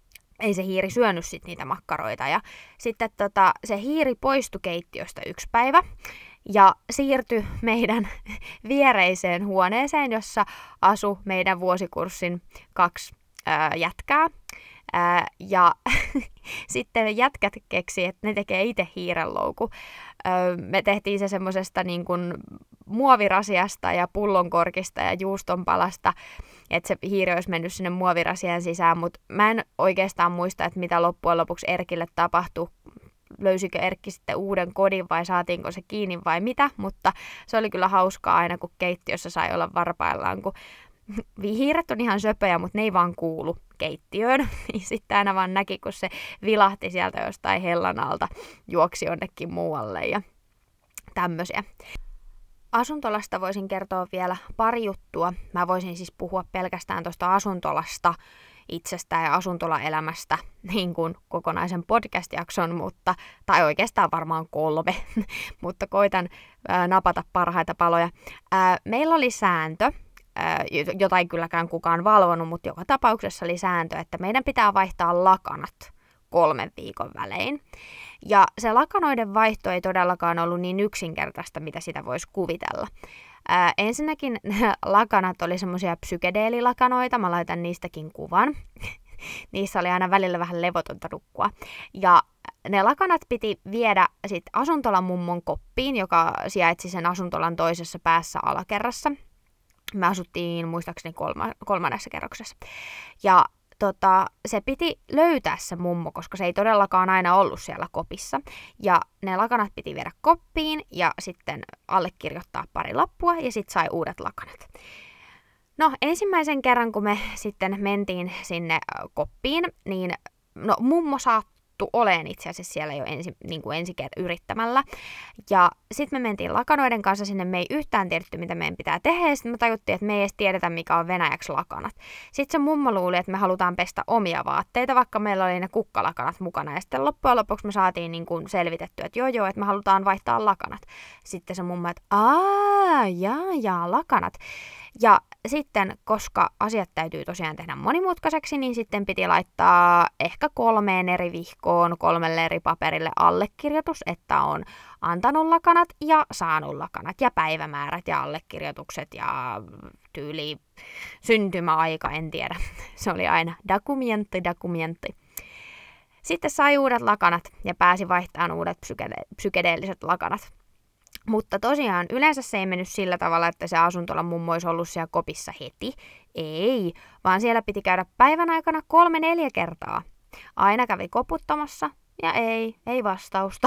Ei se hiiri syönyt sit niitä makkaroita. Ja sitten tota, se hiiri poistui keittiöstä yksi päivä ja siirtyi meidän viereiseen huoneeseen, jossa asui meidän vuosikurssin kaksi ää, jätkää. Ää, ja sitten jätkät keksi, että ne tekee itse hiirenlouku. Ää, me tehtiin se semmosesta niin kuin muovirasiasta ja pullonkorkista ja juustonpalasta, että se hiiri olisi mennyt sinne muovirasian sisään, mutta mä en oikeastaan muista, että mitä loppujen lopuksi Erkille tapahtui. Löysikö Erkki sitten uuden kodin vai saatiinko se kiinni vai mitä, mutta se oli kyllä hauskaa aina, kun keittiössä sai olla varpaillaan, kun hiiret on ihan söpöjä, mutta ne ei vaan kuulu keittiöön. Sitten aina vaan näki, kun se vilahti sieltä jostain hellan alta, juoksi jonnekin muualle ja tämmöisiä. Asuntolasta voisin kertoa vielä pari juttua. Mä voisin siis puhua pelkästään tuosta asuntolasta itsestään ja asuntolaelämästä niin kuin kokonaisen podcast-jakson, mutta, tai oikeastaan varmaan kolme, mutta koitan ää, napata parhaita paloja. Ää, meillä oli sääntö, ää, jota ei kylläkään kukaan valvonut, mutta joka tapauksessa oli sääntö, että meidän pitää vaihtaa lakanat kolmen viikon välein. Ja se lakanoiden vaihto ei todellakaan ollut niin yksinkertaista, mitä sitä voisi kuvitella. Ää, ensinnäkin lakanat oli semmoisia psykedeelilakanoita, mä laitan niistäkin kuvan. Niissä oli aina välillä vähän levotonta nukkua. Ja ne lakanat piti viedä sit asuntolan mummon koppiin, joka sijaitsi sen asuntolan toisessa päässä alakerrassa. Me asuttiin muistaakseni kolma, kolmannessa kerroksessa. Ja Tota, se piti löytää se mummo, koska se ei todellakaan aina ollut siellä kopissa. Ja ne lakanat piti viedä koppiin ja sitten allekirjoittaa pari lappua ja sitten sai uudet lakanat. No ensimmäisen kerran, kun me sitten mentiin sinne koppiin, niin no mummo saattoi oleen itse asiassa siellä jo ensi, niin kuin ensi kerran yrittämällä. Ja sitten me mentiin lakanoiden kanssa sinne, me ei yhtään tiedetty, mitä meidän pitää tehdä, ja sitten me tajuttiin, että me ei edes tiedetä, mikä on venäjäksi lakanat. Sitten se mummo luuli, että me halutaan pestä omia vaatteita, vaikka meillä oli ne kukkalakanat mukana, ja sitten loppujen lopuksi me saatiin niin kuin selvitettyä, että joo joo, että me halutaan vaihtaa lakanat. Sitten se mummo, että aah, jaa, jaa, lakanat. Ja sitten, koska asiat täytyy tosiaan tehdä monimutkaiseksi, niin sitten piti laittaa ehkä kolmeen eri vihkoon, kolmelle eri paperille allekirjoitus, että on antanut lakanat ja saanut lakanat ja päivämäärät ja allekirjoitukset ja tyyli syntymäaika, en tiedä. Se oli aina dokumentti, dokumentti. Sitten sai uudet lakanat ja pääsi vaihtamaan uudet psykede- psykedeelliset lakanat. Mutta tosiaan yleensä se ei mennyt sillä tavalla, että se asuntolan mummo olisi ollut siellä kopissa heti. Ei, vaan siellä piti käydä päivän aikana kolme neljä kertaa. Aina kävi koputtamassa ja ei, ei vastausta.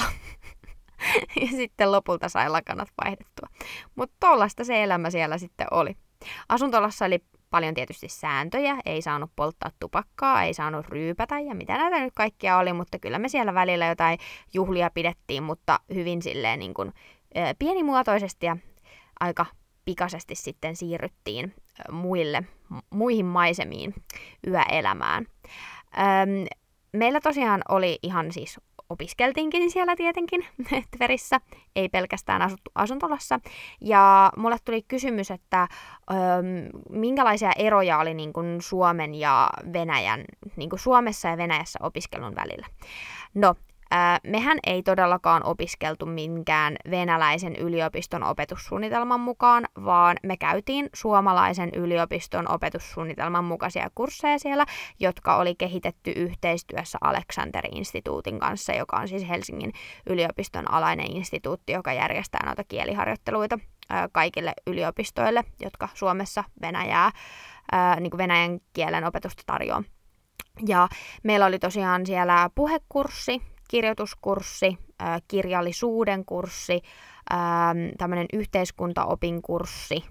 Ja sitten lopulta sai lakanat vaihdettua. Mutta tollaista se elämä siellä sitten oli. Asuntolassa oli paljon tietysti sääntöjä, ei saanut polttaa tupakkaa, ei saanut ryypätä ja mitä näitä nyt kaikkia oli, mutta kyllä me siellä välillä jotain juhlia pidettiin, mutta hyvin silleen niin kuin pienimuotoisesti ja aika pikaisesti sitten siirryttiin muille, muihin maisemiin yöelämään. Öm, meillä tosiaan oli ihan siis, opiskeltiinkin siellä tietenkin Tverissä, ei pelkästään asuttu asuntolassa. Ja mulle tuli kysymys, että öm, minkälaisia eroja oli niin kuin Suomen ja Venäjän, niin kuin Suomessa ja Venäjässä opiskelun välillä. No, Ää, mehän ei todellakaan opiskeltu minkään venäläisen yliopiston opetussuunnitelman mukaan, vaan me käytiin suomalaisen yliopiston opetussuunnitelman mukaisia kursseja siellä, jotka oli kehitetty yhteistyössä Aleksanteri-instituutin kanssa, joka on siis Helsingin yliopiston alainen instituutti, joka järjestää noita kieliharjoitteluita ää, kaikille yliopistoille, jotka Suomessa Venäjää, ää, niin kuin venäjän kielen opetusta tarjoaa. Ja meillä oli tosiaan siellä puhekurssi, kirjoituskurssi, ää, kirjallisuuden kurssi, ää, tämmöinen yhteiskuntaopin kurssi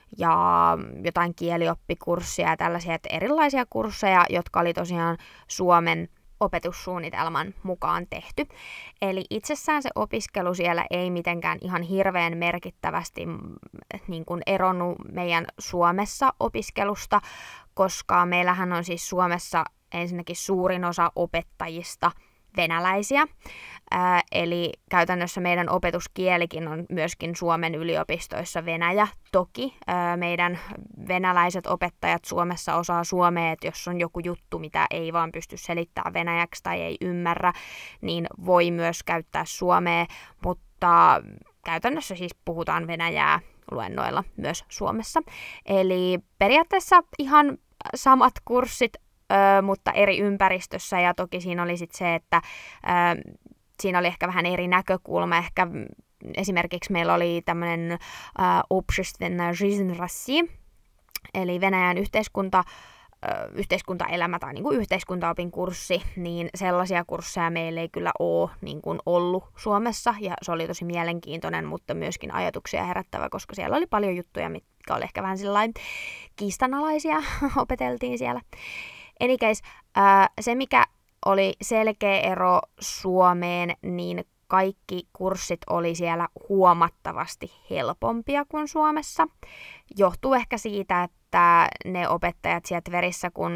ja jotain kielioppikurssia ja tällaisia, että erilaisia kursseja, jotka oli tosiaan Suomen opetussuunnitelman mukaan tehty. Eli itsessään se opiskelu siellä ei mitenkään ihan hirveän merkittävästi niin kuin eronnut meidän Suomessa opiskelusta, koska meillähän on siis Suomessa ensinnäkin suurin osa opettajista venäläisiä, ää, eli käytännössä meidän opetuskielikin on myöskin Suomen yliopistoissa venäjä. Toki ää, meidän venäläiset opettajat Suomessa osaa suomea, että jos on joku juttu, mitä ei vaan pysty selittämään venäjäksi tai ei ymmärrä, niin voi myös käyttää suomea, mutta käytännössä siis puhutaan venäjää luennoilla myös Suomessa. Eli periaatteessa ihan samat kurssit, Ö, mutta eri ympäristössä, ja toki siinä oli sitten se, että ö, siinä oli ehkä vähän eri näkökulma. Ehkä esimerkiksi meillä oli tämmöinen общественная жизнь России, eli Venäjän yhteiskunta, ö, yhteiskuntaelämä tai niin kuin yhteiskuntaopin kurssi, niin sellaisia kursseja meillä ei kyllä ole niin kuin ollut Suomessa, ja se oli tosi mielenkiintoinen, mutta myöskin ajatuksia herättävä, koska siellä oli paljon juttuja, mitkä oli ehkä vähän sillain kiistanalaisia, opeteltiin siellä. Anycase, äh, se mikä oli selkeä ero Suomeen, niin kaikki kurssit oli siellä huomattavasti helpompia kuin Suomessa. Johtuu ehkä siitä, että ne opettajat sieltä Tverissä, kun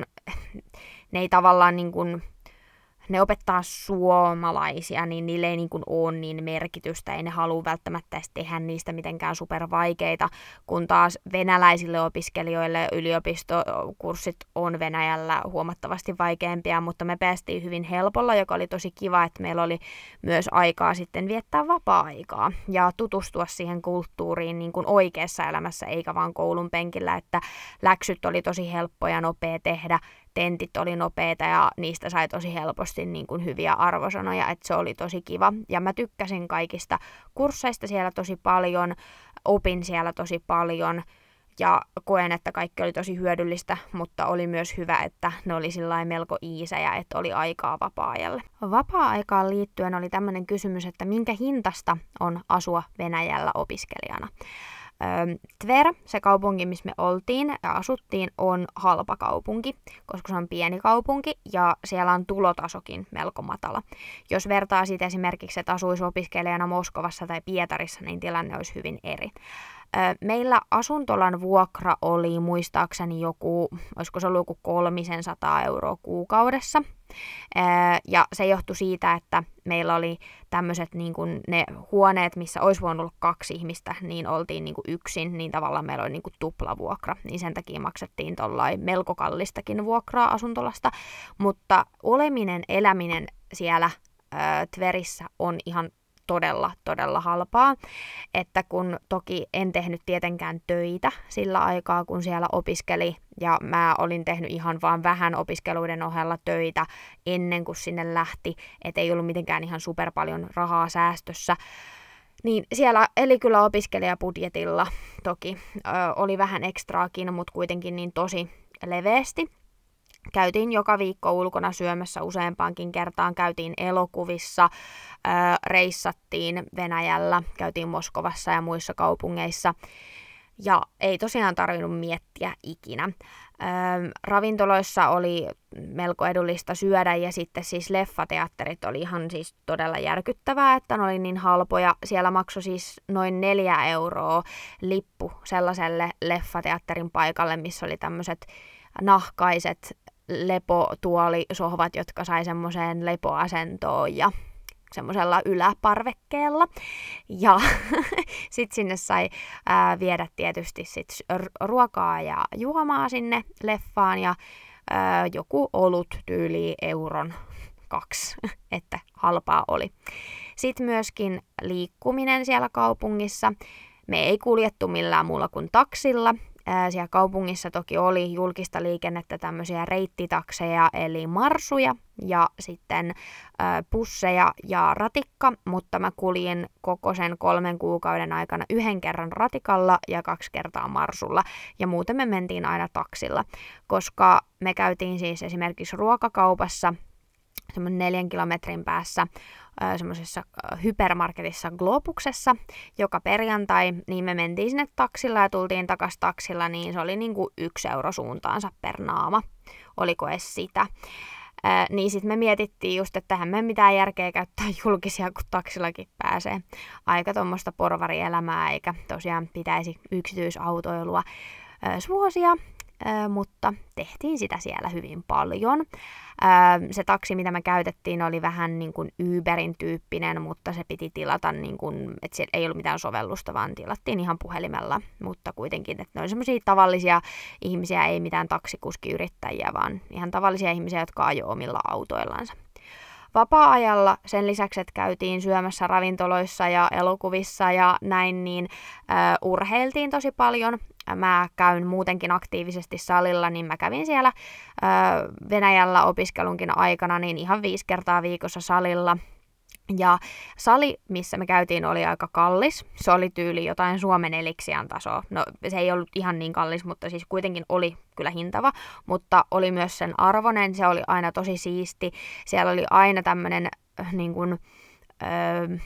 ne ei tavallaan niin kuin, ne opettaa suomalaisia, niin niille ei niin kuin ole niin merkitystä, ei ne halua välttämättä edes tehdä niistä mitenkään supervaikeita, kun taas venäläisille opiskelijoille yliopistokurssit on Venäjällä huomattavasti vaikeampia, mutta me päästiin hyvin helpolla, joka oli tosi kiva, että meillä oli myös aikaa sitten viettää vapaa-aikaa ja tutustua siihen kulttuuriin niin kuin oikeassa elämässä, eikä vaan koulun penkillä, että läksyt oli tosi helppoja ja nopea tehdä, tentit oli nopeita ja niistä sai tosi helposti niin kuin hyviä arvosanoja, että se oli tosi kiva. Ja mä tykkäsin kaikista kursseista siellä tosi paljon, opin siellä tosi paljon ja koen, että kaikki oli tosi hyödyllistä, mutta oli myös hyvä, että ne oli sillain melko iisejä, että oli aikaa vapaa-ajalle. Vapaa-aikaan liittyen oli tämmöinen kysymys, että minkä hintasta on asua Venäjällä opiskelijana. Tver, se kaupunki, missä me oltiin ja asuttiin, on halpa kaupunki, koska se on pieni kaupunki ja siellä on tulotasokin melko matala. Jos vertaa siitä esimerkiksi, että asuisi opiskelijana Moskovassa tai Pietarissa, niin tilanne olisi hyvin eri. Meillä asuntolan vuokra oli muistaakseni joku, olisiko se ollut joku kolmisen sataa euroa kuukaudessa. Ja se johtui siitä, että meillä oli tämmöiset niin kuin ne huoneet, missä olisi voinut olla kaksi ihmistä, niin oltiin niin kuin yksin, niin tavallaan meillä oli niin kuin tuplavuokra. Niin sen takia maksettiin tollain melko kallistakin vuokraa asuntolasta. Mutta oleminen, eläminen siellä ää, Tverissä on ihan todella, todella halpaa, että kun toki en tehnyt tietenkään töitä sillä aikaa, kun siellä opiskeli, ja mä olin tehnyt ihan vaan vähän opiskeluiden ohella töitä ennen kuin sinne lähti, et ei ollut mitenkään ihan super paljon rahaa säästössä, niin siellä eli kyllä opiskelijabudjetilla toki ö, oli vähän ekstraakin, mutta kuitenkin niin tosi leveästi. Käytiin joka viikko ulkona syömässä useampaankin kertaan, käytiin elokuvissa, ää, reissattiin Venäjällä, käytiin Moskovassa ja muissa kaupungeissa. Ja ei tosiaan tarvinnut miettiä ikinä. Ää, ravintoloissa oli melko edullista syödä ja sitten siis leffateatterit oli ihan siis todella järkyttävää, että ne oli niin halpoja. Siellä maksoi siis noin neljä euroa lippu sellaiselle leffateatterin paikalle, missä oli tämmöiset nahkaiset lepotuolisohvat, jotka sai semmoiseen lepoasentoon ja semmoisella yläparvekkeella. Ja sitten sinne sai ää, viedä tietysti sit ruokaa ja juomaa sinne leffaan ja ää, joku olut tyyli euron kaksi, että halpaa oli. Sitten myöskin liikkuminen siellä kaupungissa. Me ei kuljettu millään muulla kuin taksilla. Ää, siellä kaupungissa toki oli julkista liikennettä tämmöisiä reittitakseja, eli marsuja, ja sitten ää, busseja ja ratikka, mutta mä kuljin koko sen kolmen kuukauden aikana yhden kerran ratikalla ja kaksi kertaa marsulla, ja muuten me mentiin aina taksilla, koska me käytiin siis esimerkiksi ruokakaupassa semmoinen neljän kilometrin päässä semmoisessa hypermarketissa Globuksessa joka perjantai, niin me mentiin sinne taksilla ja tultiin takas taksilla, niin se oli niinku yksi euro suuntaansa per naama, oliko edes sitä. Ää, niin sitten me mietittiin just, että tähän me ei mitään järkeä käyttää julkisia, kun taksillakin pääsee. Aika tuommoista porvarielämää, eikä tosiaan pitäisi yksityisautoilua ää, suosia. Ö, mutta tehtiin sitä siellä hyvin paljon. Ö, se taksi, mitä me käytettiin, oli vähän niin kuin Uberin tyyppinen, mutta se piti tilata, niin kuin, että siellä ei ollut mitään sovellusta, vaan tilattiin ihan puhelimella. Mutta kuitenkin, että ne oli semmoisia tavallisia ihmisiä, ei mitään taksikuskiyrittäjiä, vaan ihan tavallisia ihmisiä, jotka ajoi omilla autoillansa. Vapaa-ajalla sen lisäksi, että käytiin syömässä ravintoloissa ja elokuvissa ja näin, niin äh, urheiltiin tosi paljon. Mä käyn muutenkin aktiivisesti salilla, niin mä kävin siellä äh, Venäjällä opiskelunkin aikana niin ihan viisi kertaa viikossa salilla. Ja sali, missä me käytiin, oli aika kallis. Se oli tyyli jotain Suomen Eliksian tasoa. No se ei ollut ihan niin kallis, mutta siis kuitenkin oli kyllä hintava. Mutta oli myös sen arvoinen. Se oli aina tosi siisti. Siellä oli aina tämmöinen äh, niin kuin, öö,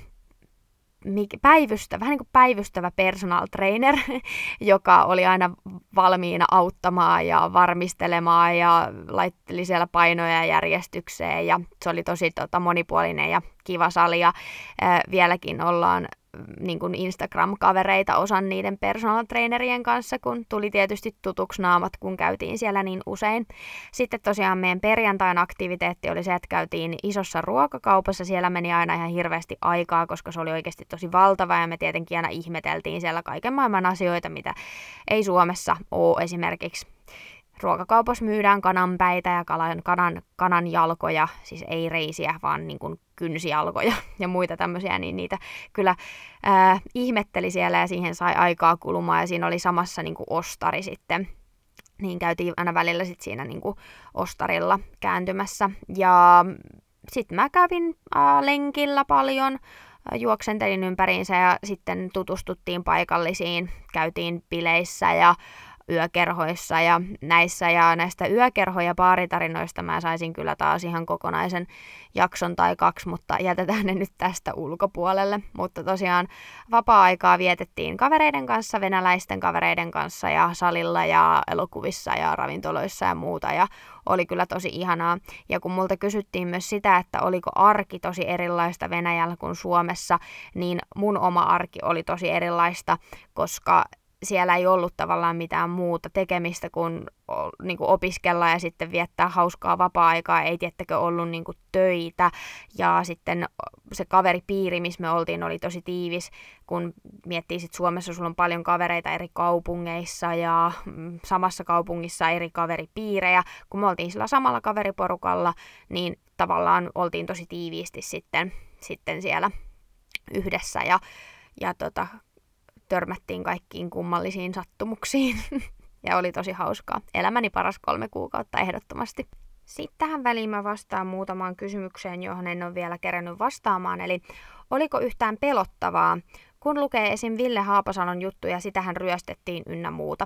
päivystä, vähän niin kuin päivystävä personal trainer, joka oli aina valmiina auttamaan ja varmistelemaan ja laitteli siellä painoja järjestykseen ja se oli tosi tota, monipuolinen ja kiva sali ja ää, vieläkin ollaan niin kuin Instagram-kavereita osan niiden personal trainerien kanssa, kun tuli tietysti tutuksi naamat, kun käytiin siellä niin usein. Sitten tosiaan meidän perjantain aktiviteetti oli se, että käytiin isossa ruokakaupassa. Siellä meni aina ihan hirveästi aikaa, koska se oli oikeasti tosi valtava ja me tietenkin aina ihmeteltiin siellä kaiken maailman asioita, mitä ei Suomessa ole esimerkiksi. Ruokakaupassa myydään kananpäitä ja kanan, kanan, kanan jalkoja, siis ei reisiä, vaan niin kuin kynsijalkoja ja muita tämmöisiä, niin niitä kyllä ää, ihmetteli siellä ja siihen sai aikaa kulumaan ja siinä oli samassa niin kuin ostari sitten. Niin käytiin aina välillä sit siinä niin kuin ostarilla kääntymässä ja sitten mä kävin ää, lenkillä paljon, juoksentelin ympäriinsä ja sitten tutustuttiin paikallisiin, käytiin bileissä ja yökerhoissa ja näissä ja näistä yökerho- ja baaritarinoista mä saisin kyllä taas ihan kokonaisen jakson tai kaksi, mutta jätetään ne nyt tästä ulkopuolelle. Mutta tosiaan vapaa-aikaa vietettiin kavereiden kanssa, venäläisten kavereiden kanssa ja salilla ja elokuvissa ja ravintoloissa ja muuta ja oli kyllä tosi ihanaa. Ja kun multa kysyttiin myös sitä, että oliko arki tosi erilaista Venäjällä kuin Suomessa, niin mun oma arki oli tosi erilaista, koska siellä ei ollut tavallaan mitään muuta tekemistä kuin, niin kuin opiskella ja sitten viettää hauskaa vapaa-aikaa, ei tiettäkö ollut niin kuin töitä ja sitten se kaveripiiri, missä me oltiin, oli tosi tiivis, kun miettii sit Suomessa, sulla on paljon kavereita eri kaupungeissa ja samassa kaupungissa eri kaveripiirejä, kun me oltiin sillä samalla kaveriporukalla, niin tavallaan oltiin tosi tiiviisti sitten, sitten siellä yhdessä ja, ja tota, törmättiin kaikkiin kummallisiin sattumuksiin ja oli tosi hauskaa. Elämäni paras kolme kuukautta ehdottomasti. Sitten tähän väliin mä vastaan muutamaan kysymykseen, johon en ole vielä kerännyt vastaamaan. Eli oliko yhtään pelottavaa, kun lukee esim. Ville Haapasalon juttuja, sitähän ryöstettiin ynnä muuta.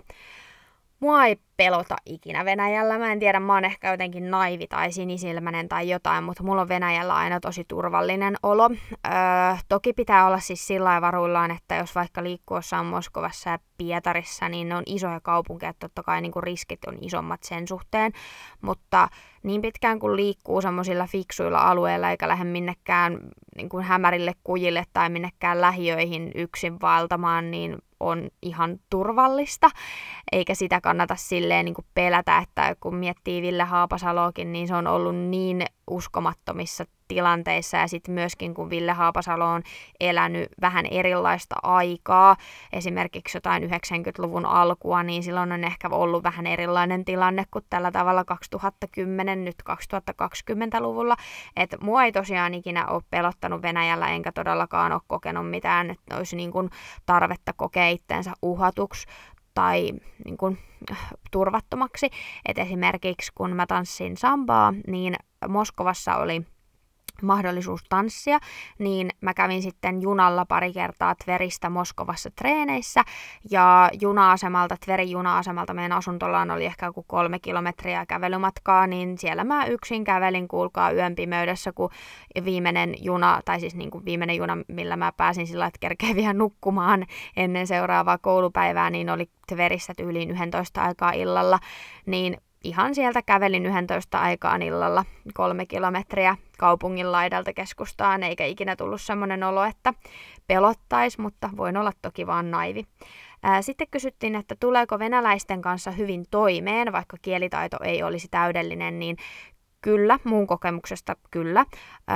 Mua ei pelota ikinä Venäjällä. Mä en tiedä, mä oon ehkä jotenkin naivi tai sinisilmäinen tai jotain, mutta mulla on Venäjällä aina tosi turvallinen olo. Öö, toki pitää olla siis sillä lailla varuillaan, että jos vaikka liikkuu jossain Moskovassa ja Pietarissa, niin ne on isoja kaupunkeja, totta kai niin kuin riskit on isommat sen suhteen, mutta niin pitkään kun liikkuu semmoisilla fiksuilla alueilla eikä lähde minnekään niin kuin hämärille kujille tai minnekään lähiöihin yksin vaeltamaan, niin on ihan turvallista, eikä sitä kannata silleen niin kuin pelätä, että kun miettii Ville Haapasaloakin, niin se on ollut niin uskomattomissa tilanteissa ja sitten myöskin kun Ville Haapasalo on elänyt vähän erilaista aikaa, esimerkiksi jotain yhdeksänkymmentäluvun alkua, niin silloin on ehkä ollut vähän erilainen tilanne kuin tällä tavalla kaksituhattakymmenen, nyt kaksituhattakaksikymmentäluvulla, että mua ei tosiaan ikinä ole pelottanut Venäjällä, enkä todellakaan ole kokenut mitään, että olisi niin kuin tarvetta kokea itsensä uhatuksi. tai niin kuin, turvattomaksi. Et esimerkiksi kun mä tanssin sambaa, niin Moskovassa oli mahdollisuus tanssia, niin mä kävin sitten junalla pari kertaa Tveristä Moskovassa treeneissä, ja juna-asemalta, Tverin juna-asemalta meidän asuntolaan oli ehkä joku kolme kilometriä kävelymatkaa, niin siellä mä yksin kävelin, kuulkaa, yön pimeydessä, kun viimeinen juna, tai siis niin kuin viimeinen juna, millä mä pääsin sillä, että kerkeä vielä nukkumaan ennen seuraavaa koulupäivää, niin oli Tverissä tyyliin yksitoista aikaa illalla, niin ihan sieltä kävelin yksitoista aikaan illalla kolme kilometriä kaupungin laidalta keskustaan, eikä ikinä tullut semmoinen olo, että pelottaisi, mutta voin olla toki vaan naivi. Sitten kysyttiin, että tuleeko venäläisten kanssa hyvin toimeen, vaikka kielitaito ei olisi täydellinen, niin kyllä, mun kokemuksesta kyllä.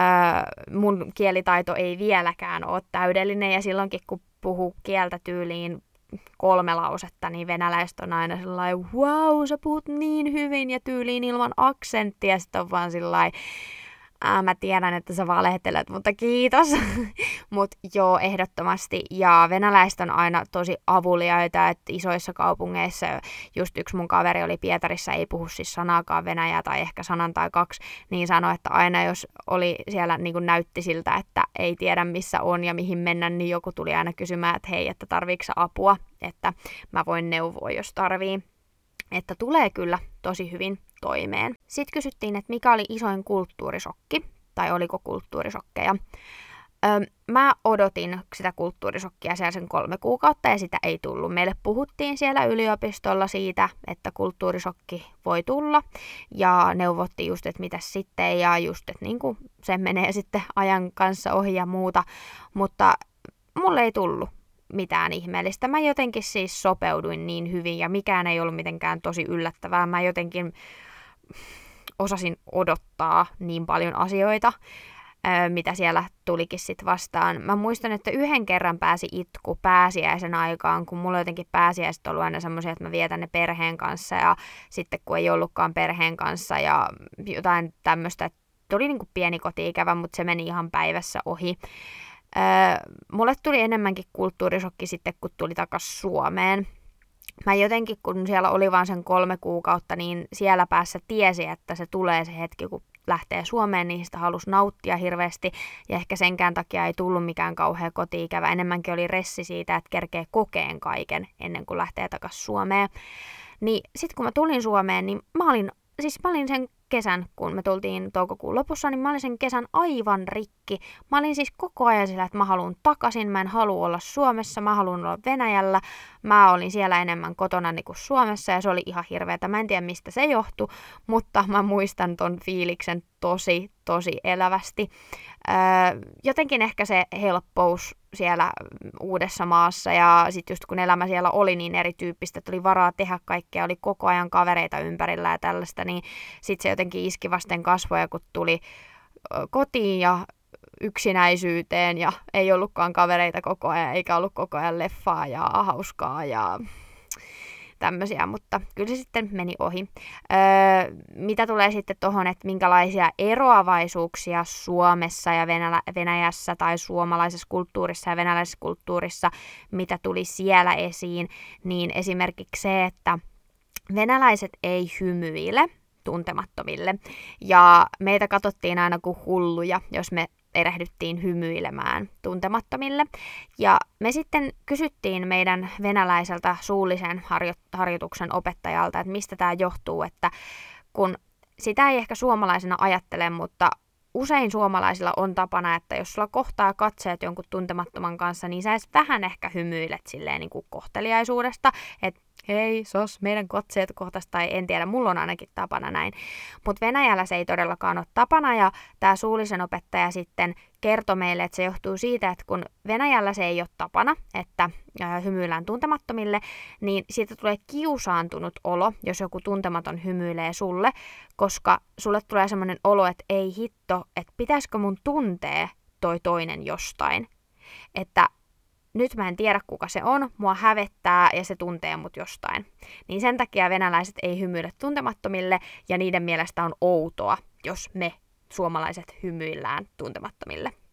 Mun kielitaito ei vieläkään ole täydellinen, ja silloinkin kun puhuu kieltä tyyliin kolme lausetta, niin venäläiset on aina sellainen, wow, sä puhut niin hyvin ja tyyliin ilman aksenttia, ja sitten on vaan sellainen, Ää, mä tiedän, että sä valehtelet, mutta kiitos. Mut joo, ehdottomasti. Ja venäläiset on aina tosi avuliaita, että isoissa kaupungeissa, just yksi mun kaveri oli Pietarissa, ei puhu siis sanaakaan venäjää tai ehkä sanan tai kaksi, niin sanoi, että aina jos oli siellä, niin kuin näytti siltä, että ei tiedä missä on ja mihin mennä, niin joku tuli aina kysymään, että hei, että tarviiko apua, että mä voin neuvoa, jos tarvii. Että tulee kyllä tosi hyvin toimeen. Sitten kysyttiin, että mikä oli isoin kulttuurisokki, tai oliko kulttuurisokkeja. Öö, mä odotin sitä kulttuurisokkia siellä sen kolme kuukautta, ja sitä ei tullut. Meille puhuttiin siellä yliopistolla siitä, että kulttuurisokki voi tulla, ja neuvottiin just, että mitä sitten, ja just, että niin kuin se menee sitten ajan kanssa ohi ja muuta, mutta mulle ei tullut mitään ihmeellistä. Mä jotenkin siis sopeuduin niin hyvin ja mikään ei ollut mitenkään tosi yllättävää. Mä jotenkin osasin odottaa niin paljon asioita, mitä siellä tulikin sit vastaan. Mä muistan, että yhden kerran pääsi itku pääsiäisen aikaan, kun mulla jotenkin pääsiäiset on ollut aina semmoisia, että mä vietän ne perheen kanssa, ja sitten kun ei ollutkaan perheen kanssa ja jotain tämmöistä, että tuli niinku pieni koti-ikävä, mutta se meni ihan päivässä ohi. Öö, mulle tuli enemmänkin kulttuurisokki sitten, kun tuli takas Suomeen. Mä jotenkin, kun siellä oli vaan sen kolme kuukautta, niin siellä päässä tiesi, että se tulee se hetki, kun lähtee Suomeen, niin sitä halusi nauttia hirveästi. Ja ehkä senkään takia ei tullut mikään kauhea koti-ikävä. Enemmänkin oli ressi siitä, että kerkee kokeen kaiken ennen kuin lähtee takas Suomeen. Niin sit kun mä tulin Suomeen, niin mä olin, siis mä olin sen kesän, kun me tultiin toukokuun lopussa, niin mä olin sen kesän aivan rikki. Mä olin siis koko ajan sillä, että mä haluan takaisin, mä en halua olla Suomessa, mä haluan olla Venäjällä. Mä olin siellä enemmän kotonani kuin Suomessa, ja se oli ihan hirveätä. Mä en tiedä, mistä se johtui, mutta mä muistan ton fiiliksen tosi, tosi elävästi. Öö, jotenkin ehkä se helppous siellä uudessa maassa, ja sitten just kun elämä siellä oli niin erityyppistä, että oli varaa tehdä kaikkea, oli koko ajan kavereita ympärillä ja tällaista, niin sitten se jotenkin iski vasten kasvoja, kun tuli kotiin ja yksinäisyyteen, ja ei ollutkaan kavereita koko ajan, eikä ollut koko ajan leffaa ja hauskaa ja tämmöisiä, mutta kyllä se sitten meni ohi. Öö, mitä tulee sitten tuohon, että minkälaisia eroavaisuuksia Suomessa ja Venä- Venäjässä tai suomalaisessa kulttuurissa ja venäläisessä kulttuurissa, mitä tuli siellä esiin, niin esimerkiksi se, että venäläiset ei hymyile tuntemattomille, ja meitä katsottiin aina kuin hulluja, jos me erehdyttiin hymyilemään tuntemattomille. Ja me sitten kysyttiin meidän venäläiseltä suullisen harjo- harjoituksen opettajalta, että mistä tämä johtuu, että kun sitä ei ehkä suomalaisena ajattele, mutta usein suomalaisilla on tapana, että jos sulla kohtaa katseet jonkun tuntemattoman kanssa, niin sä edes vähän ehkä hymyilet silleen niin kuin kohteliaisuudesta, että hei, sos, meidän katseet kohtas, tai en tiedä, mulla on ainakin tapana näin. Mutta Venäjällä se ei todellakaan ole tapana, ja tämä suullisen opettaja sitten kertoi meille, että se johtuu siitä, että kun Venäjällä se ei ole tapana, että hymyillään tuntemattomille, niin siitä tulee kiusaantunut olo, jos joku tuntematon hymyilee sulle, koska sulle tulee semmoinen olo, että ei hitto, että pitäisikö mun tuntee toi toinen jostain. Että nyt mä en tiedä, kuka se on, mua hävettää ja se tuntee mut jostain. Niin sen takia venäläiset ei hymyile tuntemattomille, ja niiden mielestä on outoa, jos me suomalaiset hymyillään tuntemattomille.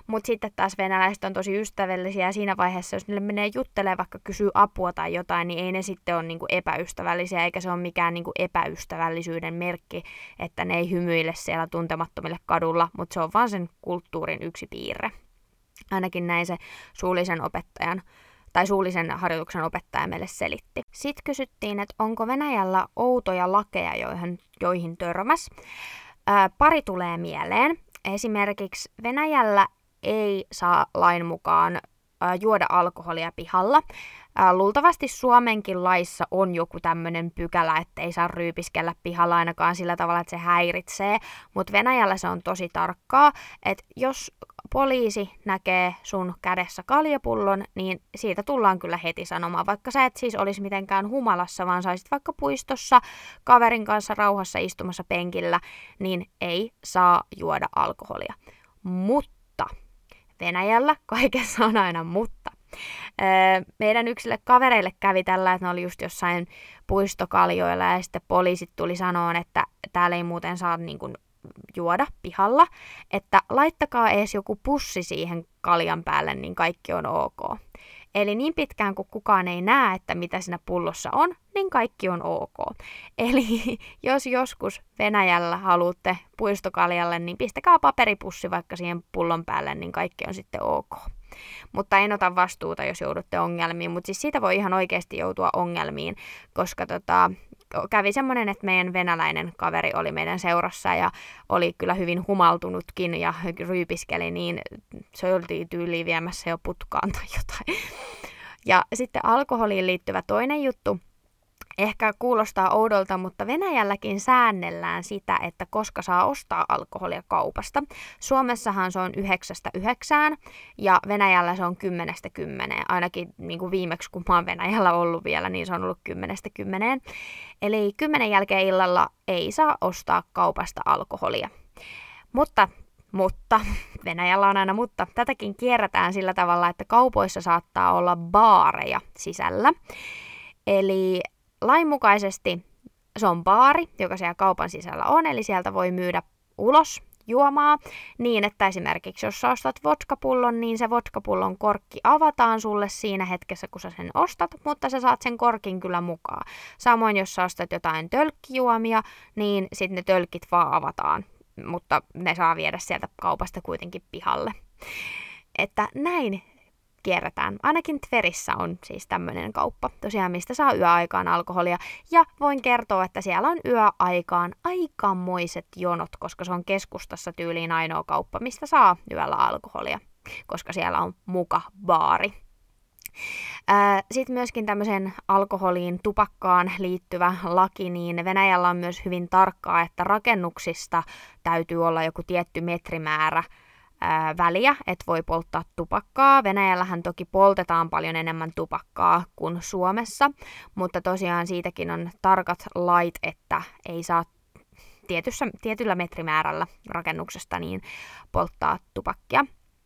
Mutta sitten taas venäläiset on tosi ystävällisiä ja siinä vaiheessa, jos niille menee juttelemaan, vaikka kysyy apua tai jotain, niin ei ne sitten ole niinku epäystävällisiä, eikä se ole mikään niinku epäystävällisyyden merkki, että ne ei hymyile siellä tuntemattomille kadulla, mutta se on vaan sen kulttuurin yksi piirre. Ainakin näin se suullisen opettajan tai suullisen harjoituksen opettaja meille selitti. Sitten kysyttiin, että onko Venäjällä outoja lakeja, joihin, joihin törmäs. Ää, pari tulee mieleen. Esimerkiksi Venäjällä ei saa lain mukaan ää, juoda alkoholia pihalla. Ää, luultavasti Suomenkin laissa on joku tämmöinen pykälä, että ei saa ryypiskellä pihalla ainakaan sillä tavalla, että se häiritsee. Mutta Venäjällä se on tosi tarkkaa, että jos poliisi näkee sun kädessä kaljapullon, niin siitä tullaan kyllä heti sanomaan. Vaikka sä et siis olisi mitenkään humalassa, vaan saisit vaikka puistossa kaverin kanssa rauhassa istumassa penkillä, niin ei saa juoda alkoholia. Mutta Venäjällä kaikessa on aina mutta. Meidän yksille kavereille kävi tällä, että ne oli just jossain puistokaljoilla ja sitten poliisit tuli sanoon, että täällä ei muuten saa niin kuin juoda pihalla, että laittakaa edes joku pussi siihen kaljan päälle, niin kaikki on ok. Eli niin pitkään kuin kukaan ei näe, että mitä siinä pullossa on, niin kaikki on ok. Eli jos joskus Venäjällä haluatte puistokaljalle, niin pistäkää paperipussi vaikka siihen pullon päälle, niin kaikki on sitten ok. Mutta en ota vastuuta, jos joudutte ongelmiin, mutta siis siitä voi ihan oikeasti joutua ongelmiin, koska tota, kävi semmoinen, että meidän venäläinen kaveri oli meidän seurassa ja oli kyllä hyvin humaltunutkin ja ryypiskeli, niin se oltiin tyyliin viemässä jo putkaan tai jotain. Ja sitten alkoholiin liittyvä toinen juttu. Ehkä kuulostaa oudolta, mutta Venäjälläkin säännellään sitä, että koska saa ostaa alkoholia kaupasta. Suomessahan se on yhdeksästä yhdeksään ja Venäjällä se on kymmenestä kymmeneen. Ainakin niin kuin viimeksi, kun mä oon Venäjällä ollut vielä, niin se on ollut kymmenestä kymmeneen. Eli kymmenen jälkeen illalla ei saa ostaa kaupasta alkoholia. Mutta, mutta, Venäjällä on aina mutta, tätäkin kierretään sillä tavalla, että kaupoissa saattaa olla baareja sisällä. Eli lainmukaisesti se on baari, joka siellä kaupan sisällä on, eli sieltä voi myydä ulos juomaa niin, että esimerkiksi jos sä ostat vodkapullon, niin se vodkapullon korkki avataan sulle siinä hetkessä, kun sä sen ostat, mutta sä saat sen korkin kyllä mukaan. Samoin jos sä ostat jotain tölkkijuomia, niin sitten ne tölkit vaan avataan, mutta ne saa viedä sieltä kaupasta kuitenkin pihalle. Että näin kierretään. Ainakin Tverissä on siis tämmöinen kauppa, tosiaan mistä saa yöaikaan alkoholia. Ja voin kertoa, että siellä on yöaikaan aikamoiset jonot, koska se on keskustassa tyyliin ainoa kauppa, mistä saa yöllä alkoholia, koska siellä on muka baari. Sitten myöskin tämmöisen alkoholiin, tupakkaan liittyvä laki, niin Venäjällä on myös hyvin tarkkaa, että rakennuksista täytyy olla joku tietty metrimäärä ää, väliä, että voi polttaa tupakkaa. Venäjällähän toki poltetaan paljon enemmän tupakkaa kuin Suomessa, mutta tosiaan siitäkin on tarkat lait, että ei saa tietyssä, tietyllä metrimäärällä rakennuksesta niin polttaa tupakkia.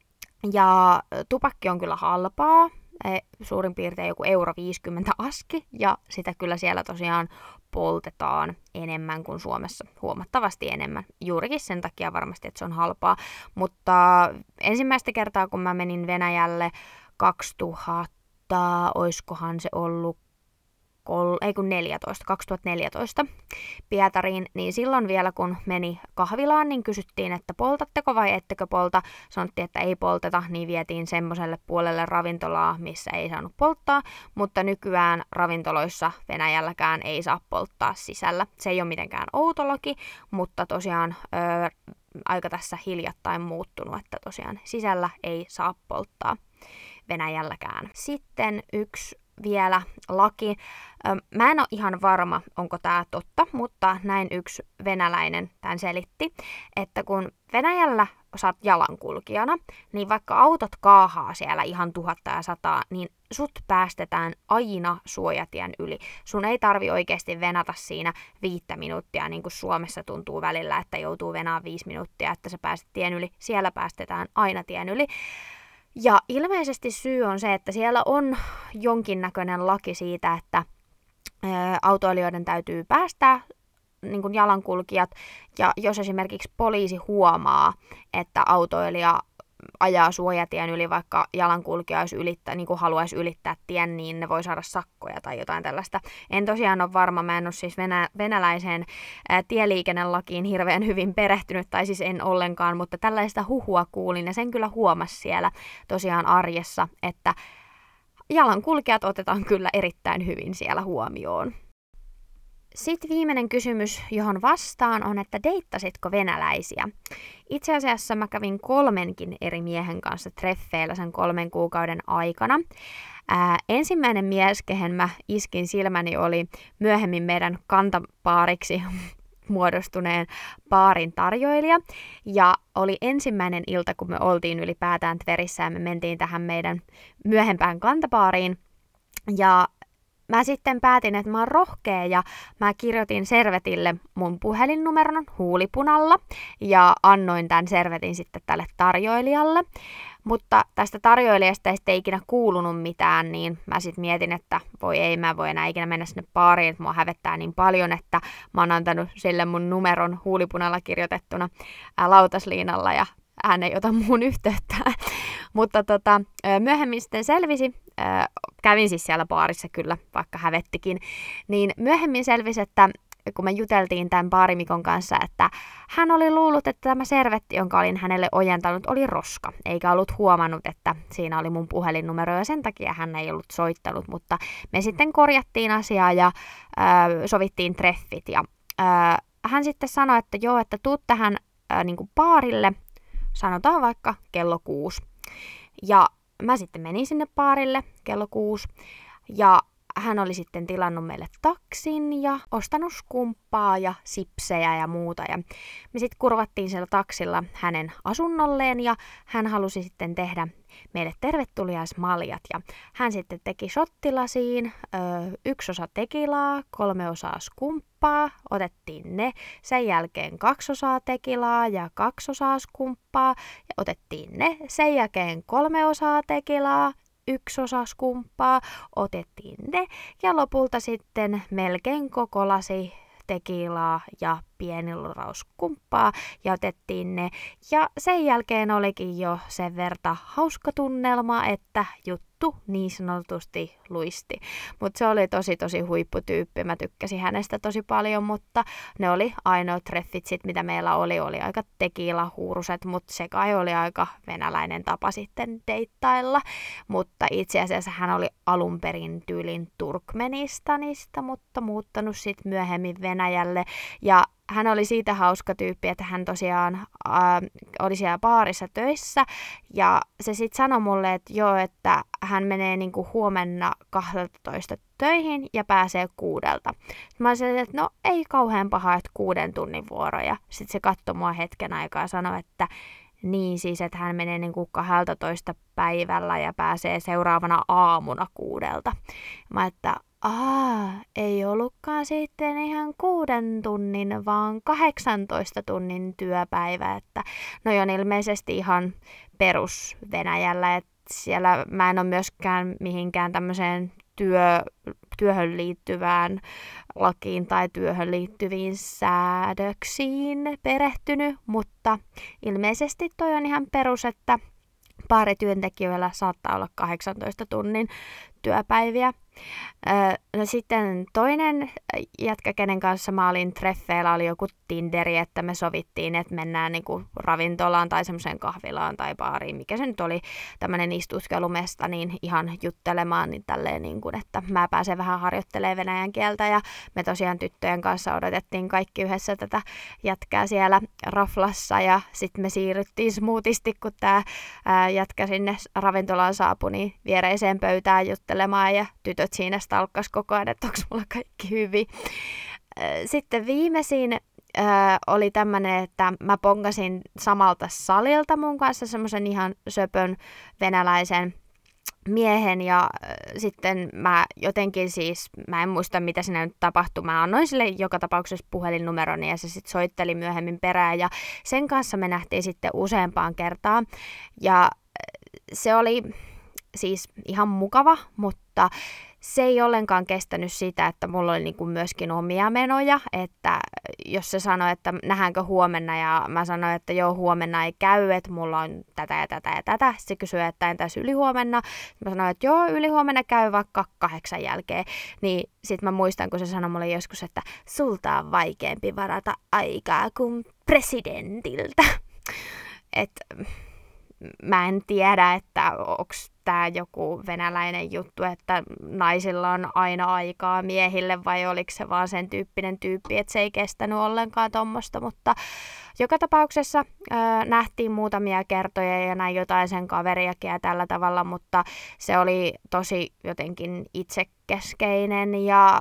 Ja tupakki on kyllä halpaa, suurin piirtein joku euro viisikymmentä aski, ja sitä kyllä siellä tosiaan poltetaan enemmän kuin Suomessa, huomattavasti enemmän. Juurikin sen takia varmasti, että se on halpaa. Mutta ensimmäistä kertaa, kun mä menin Venäjälle kaksituhatta, oiskohan se ollut Kol, ei kun neljätoista, kaksituhattaneljätoista Pietariin, niin silloin vielä kun meni kahvilaan, niin kysyttiin, että poltatteko vai ettekö polta. Sanottiin, että ei polteta, niin vietiin semmoiselle puolelle ravintolaa, missä ei saanut polttaa, mutta nykyään ravintoloissa Venäjälläkään ei saa polttaa sisällä. Se ei ole mitenkään outo laki, mutta tosiaan öö, aika tässä hiljattain muuttunut, että tosiaan sisällä ei saa polttaa Venäjälläkään. Sitten yksi vielä laki. Mä en ole ihan varma, onko tämä totta, mutta näin yksi venäläinen tämän selitti, että kun Venäjällä saat jalankulkijana, niin vaikka autot kaahaa siellä ihan tuhatta ja sataa, niin sut päästetään aina suojatien yli. Sun ei tarvi oikeasti venata siinä viittä minuuttia, niin kuin Suomessa tuntuu välillä, että joutuu venaa viisi minuuttia, että sä pääset tien yli. Siellä päästetään aina tien yli. Ja ilmeisesti syy on se, että siellä on jonkinnäköinen laki siitä, että ää, autoilijoiden täytyy päästää niin kuin jalankulkijat, ja jos esimerkiksi poliisi huomaa, että autoilija ajaa suojatien yli, vaikka jalankulkija olisi ylittää, niin kuin haluaisi ylittää tien, niin ne voi saada sakkoja tai jotain tällaista. En tosiaan ole varma, mä en ole siis venä, venäläiseen ää, tieliikennelakiin hirveän hyvin perehtynyt, tai siis en ollenkaan, mutta tällaista huhua kuulin, ja sen kyllä huomasi siellä tosiaan arjessa, että jalankulkijat otetaan kyllä erittäin hyvin siellä huomioon. Sitten viimeinen kysymys, johon vastaan, on, että deittasitko venäläisiä? Itse asiassa mä kävin kolmenkin eri miehen kanssa treffeillä sen kolmen kuukauden aikana. Ää, ensimmäinen mies, kehen mä iskin silmäni, oli myöhemmin meidän kantapaariksi muodostuneen baarin tarjoilija. Ja oli ensimmäinen ilta, kun me oltiin ylipäätään Tverissä ja me mentiin tähän meidän myöhempään kantapaariin. Ja mä sitten päätin, että mä oon rohkea ja mä kirjoitin servetille mun puhelinnumeron huulipunalla ja annoin tämän servetin sitten tälle tarjoilijalle. Mutta tästä tarjoilijasta ei sitten ikinä kuulunut mitään, niin mä sitten mietin, että voi ei, mä voi enää ikinä mennä sinne baariin, että mua hävettää niin paljon, että mä oon antanut sille mun numeron huulipunalla kirjoitettuna ää, lautasliinalla ja hän ei ota mun yhteyttä. Mutta tota, myöhemmin sitten selvisi, kävin siis siellä baarissa kyllä, vaikka hävettikin, niin myöhemmin selvisi, että kun me juteltiin tämän baarimikon kanssa, että hän oli luullut, että tämä servetti, jonka olin hänelle ojentanut, oli roska, eikä ollut huomannut, että siinä oli mun puhelinnumero, ja sen takia hän ei ollut soittanut, mutta me sitten korjattiin asiaa ja äh, sovittiin treffit, ja äh, hän sitten sanoi, että joo, että tuu tähän äh, niin kuin baarille, sanotaan vaikka kello kuusi. Ja mä sitten menin sinne baarille kello kuusi ja hän oli sitten tilannut meille taksin ja ostanut skumppaa ja sipsejä ja muuta. Ja me sitten kurvattiin siellä taksilla hänen asunnolleen ja hän halusi sitten tehdä meille tervetuliaismaljat. Ja hän sitten teki shottilasiin ö, yksi osa tekilaa, kolme osaa skumppaa, otettiin ne. Sen jälkeen kaksi osaa tekilaa ja kaksi osaa skumppaa ja otettiin ne. Sen jälkeen kolme osaa tekilaa, yksi osa skumppaa, otettiin ne ja lopulta sitten melkein koko lasi tekilaa ja pieni luraus skumppaa ja otettiin ne. Ja sen jälkeen olikin jo sen verta hauska tunnelma, että juttu niin sanotusti luisti. Mutta se oli tosi tosi huipputyyppi. Mä tykkäsin hänestä tosi paljon, mutta ne oli ainoat treffit sit, mitä meillä oli. Oli aika tekilahuuruset, mutta se kai oli aika venäläinen tapa sitten deittailla. Mutta itse asiassa hän oli alun perin tyylin Turkmenistanista, mutta muuttanut sitten myöhemmin Venäjälle. Ja hän oli siitä hauska tyyppi, että hän tosiaan äh, oli siellä baarissa töissä ja se sitten sanoi mulle, että joo, että hän menee niinku huomenna kaksitoista töihin ja pääsee kuudelta. Mä olisin, että no ei kauhean paha, että kuuden tunnin vuoroja. Sitten se katsoi mua hetken aikaa ja sanoi, että niin siis, että hän menee niinku kaksitoista päivällä ja pääsee seuraavana aamuna kuudelta. Mä että Aa, ei ollutkaan sitten ihan kuuden tunnin, vaan kahdeksantoista tunnin työpäivä, että no on ilmeisesti ihan perus Venäjällä, että siellä mä en ole myöskään mihinkään tämmöiseen työ, työhön liittyvään lakiin tai työhön liittyviin säädöksiin perehtynyt, mutta ilmeisesti toi on ihan perus, että baarityöntekijöillä saattaa olla kahdeksantoista tunnin työpäiviä. No sitten toinen jätkä, kenen kanssa mä olin treffeillä, oli joku Tinderi, että me sovittiin, että mennään niinku ravintolaan tai semmoiseen kahvilaan tai baariin, mikä se nyt oli, tämmöinen istuskelumesta, niin ihan juttelemaan niin tälleen, niin kuin, että mä pääsen vähän harjoittelemaan venäjän kieltä ja me tosiaan tyttöjen kanssa odotettiin kaikki yhdessä tätä jätkää siellä raflassa ja sitten me siirryttiin smoothisti, kun tää jätkä sinne ravintolaan saapui, niin viereiseen pöytään juttelemaan ja tytöt siinä stalkkas koko ajan, että onko mulla kaikki hyvin. Sitten viimeisin äh, oli tämmöinen, että mä pongasin samalta salilta mun kanssa semmoisen ihan söpön venäläisen miehen ja äh, sitten mä jotenkin siis, mä en muista mitä siinä nyt tapahtui, mä annoin sille joka tapauksessa puhelinnumeroni ja se sitten soitteli myöhemmin perään ja sen kanssa me nähtiin sitten useampaan kertaan ja se oli siis ihan mukava, mutta se ei ollenkaan kestänyt sitä, että mulla oli niinku myöskin omia menoja, että jos se sanoi, että nähdäänkö huomenna ja mä sanoin, että joo huomenna ei käy, että mulla on tätä ja tätä ja tätä. Sitten se kysyi, että entäs ylihuomenna? Mä sanoin, että joo ylihuomenna käy vaikka kahdeksan jälkeen. Niin sit mä muistan, kun se sanoi mulle joskus, että sulta on vaikeampi varata aikaa kuin presidentiltä. Että mä en tiedä, että onko tämä joku venäläinen juttu, että naisilla on aina aikaa miehille vai oliko se vaan sen tyyppinen tyyppi, että se ei kestänyt ollenkaan tommosta, mutta joka tapauksessa ää, nähtiin muutamia kertoja ja näin jotain sen kaveriakin ja tällä tavalla, mutta se oli tosi jotenkin itsekeskeinen ja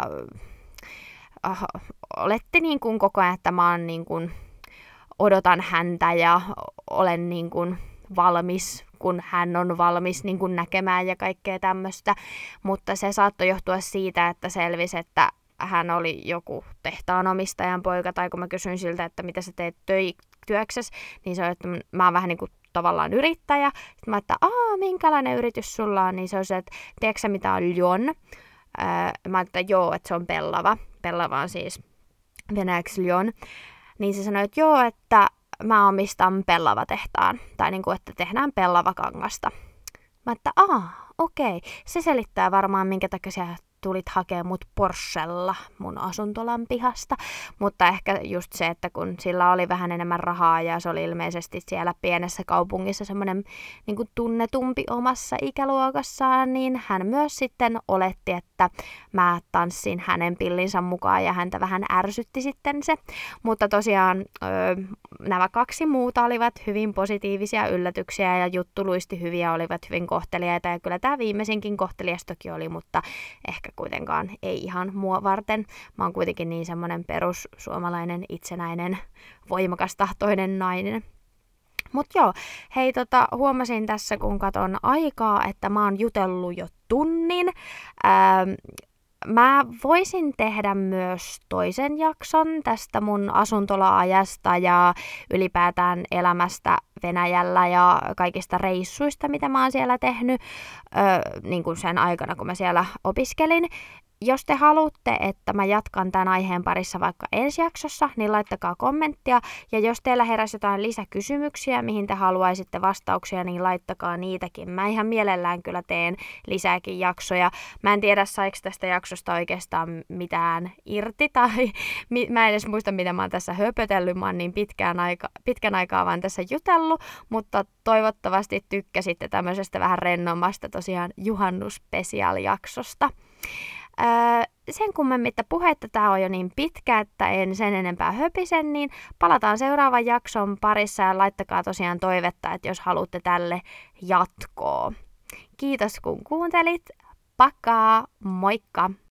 äh, oletti niin kuin koko ajan, että mä oon niin kuin, odotan häntä ja olen niin kuin valmis, kun hän on valmis niin kuin näkemään ja kaikkea tämmöistä, mutta se saattoi johtua siitä, että selvisi, että hän oli joku tehtaanomistajan poika, tai kun mä kysyin siltä, että mitä sä teet töi, työksessä, niin se on, että mä oon vähän niin kuin tavallaan yrittäjä. Sitten mä että aah, minkälainen yritys sulla on, niin se on se, että tiedätkö sä mitä on ljon? Öö, mä että joo, että se on pellava. Pellava on siis venäjäksi ljon. Niin se sanoi, että joo, että mä omistan pellavatehtaan, tai niin kuin, että tehdään pellavakangasta. Mä että, aah, okei, se selittää varmaan, minkä takia sä tulit hakemaan mut Porschella mun asuntolan pihasta, mutta ehkä just se, että kun sillä oli vähän enemmän rahaa ja se oli ilmeisesti siellä pienessä kaupungissa semmoinen niin kuin tunnetumpi omassa ikäluokassaan, niin hän myös sitten oletti, että mä tanssin hänen pillinsä mukaan ja häntä vähän ärsytti sitten se, mutta tosiaan öö, nämä kaksi muuta olivat hyvin positiivisia yllätyksiä ja juttu luisti hyviä, olivat hyvin kohteliaita ja kyllä tämä viimeisinkin kohtelias toki oli, mutta ehkä kuitenkaan ei ihan mua varten. Mä oon kuitenkin niin semmoinen perussuomalainen, itsenäinen, voimakastahtoinen nainen. Mut joo, hei tota, huomasin tässä kun katon aikaa, että mä oon jutellut jo tunnin. Ähm, Mä voisin tehdä myös toisen jakson tästä mun asuntola-ajasta ja ylipäätään elämästä Venäjällä ja kaikista reissuista, mitä mä oon siellä tehnyt öö, niin kuin sen aikana, kun mä siellä opiskelin. Jos te haluatte, että mä jatkan tämän aiheen parissa vaikka ensi jaksossa, niin laittakaa kommenttia. Ja jos teillä heräsi jotain lisäkysymyksiä, mihin te haluaisitte vastauksia, niin laittakaa niitäkin. Mä ihan mielellään kyllä teen lisääkin jaksoja. Mä en tiedä, saiko tästä jaksosta oikeastaan mitään irti, tai mä en edes muista, mitä mä oon tässä höpötellyt. Mä oon niin pitkään, aika, pitkän aikaa vaan tässä jutellut, mutta toivottavasti tykkäsitte tämmöisestä vähän rennommasta tosiaan juhannusspesiaalijaksosta. Öö, sen kummemmitta puhetta, tää on jo niin pitkä, että en sen enempää höpisen, niin palataan seuraavan jakson parissa ja laittakaa tosiaan toivetta, että jos haluatte tälle jatkoa. Kiitos kun kuuntelit, pakaa, moikka!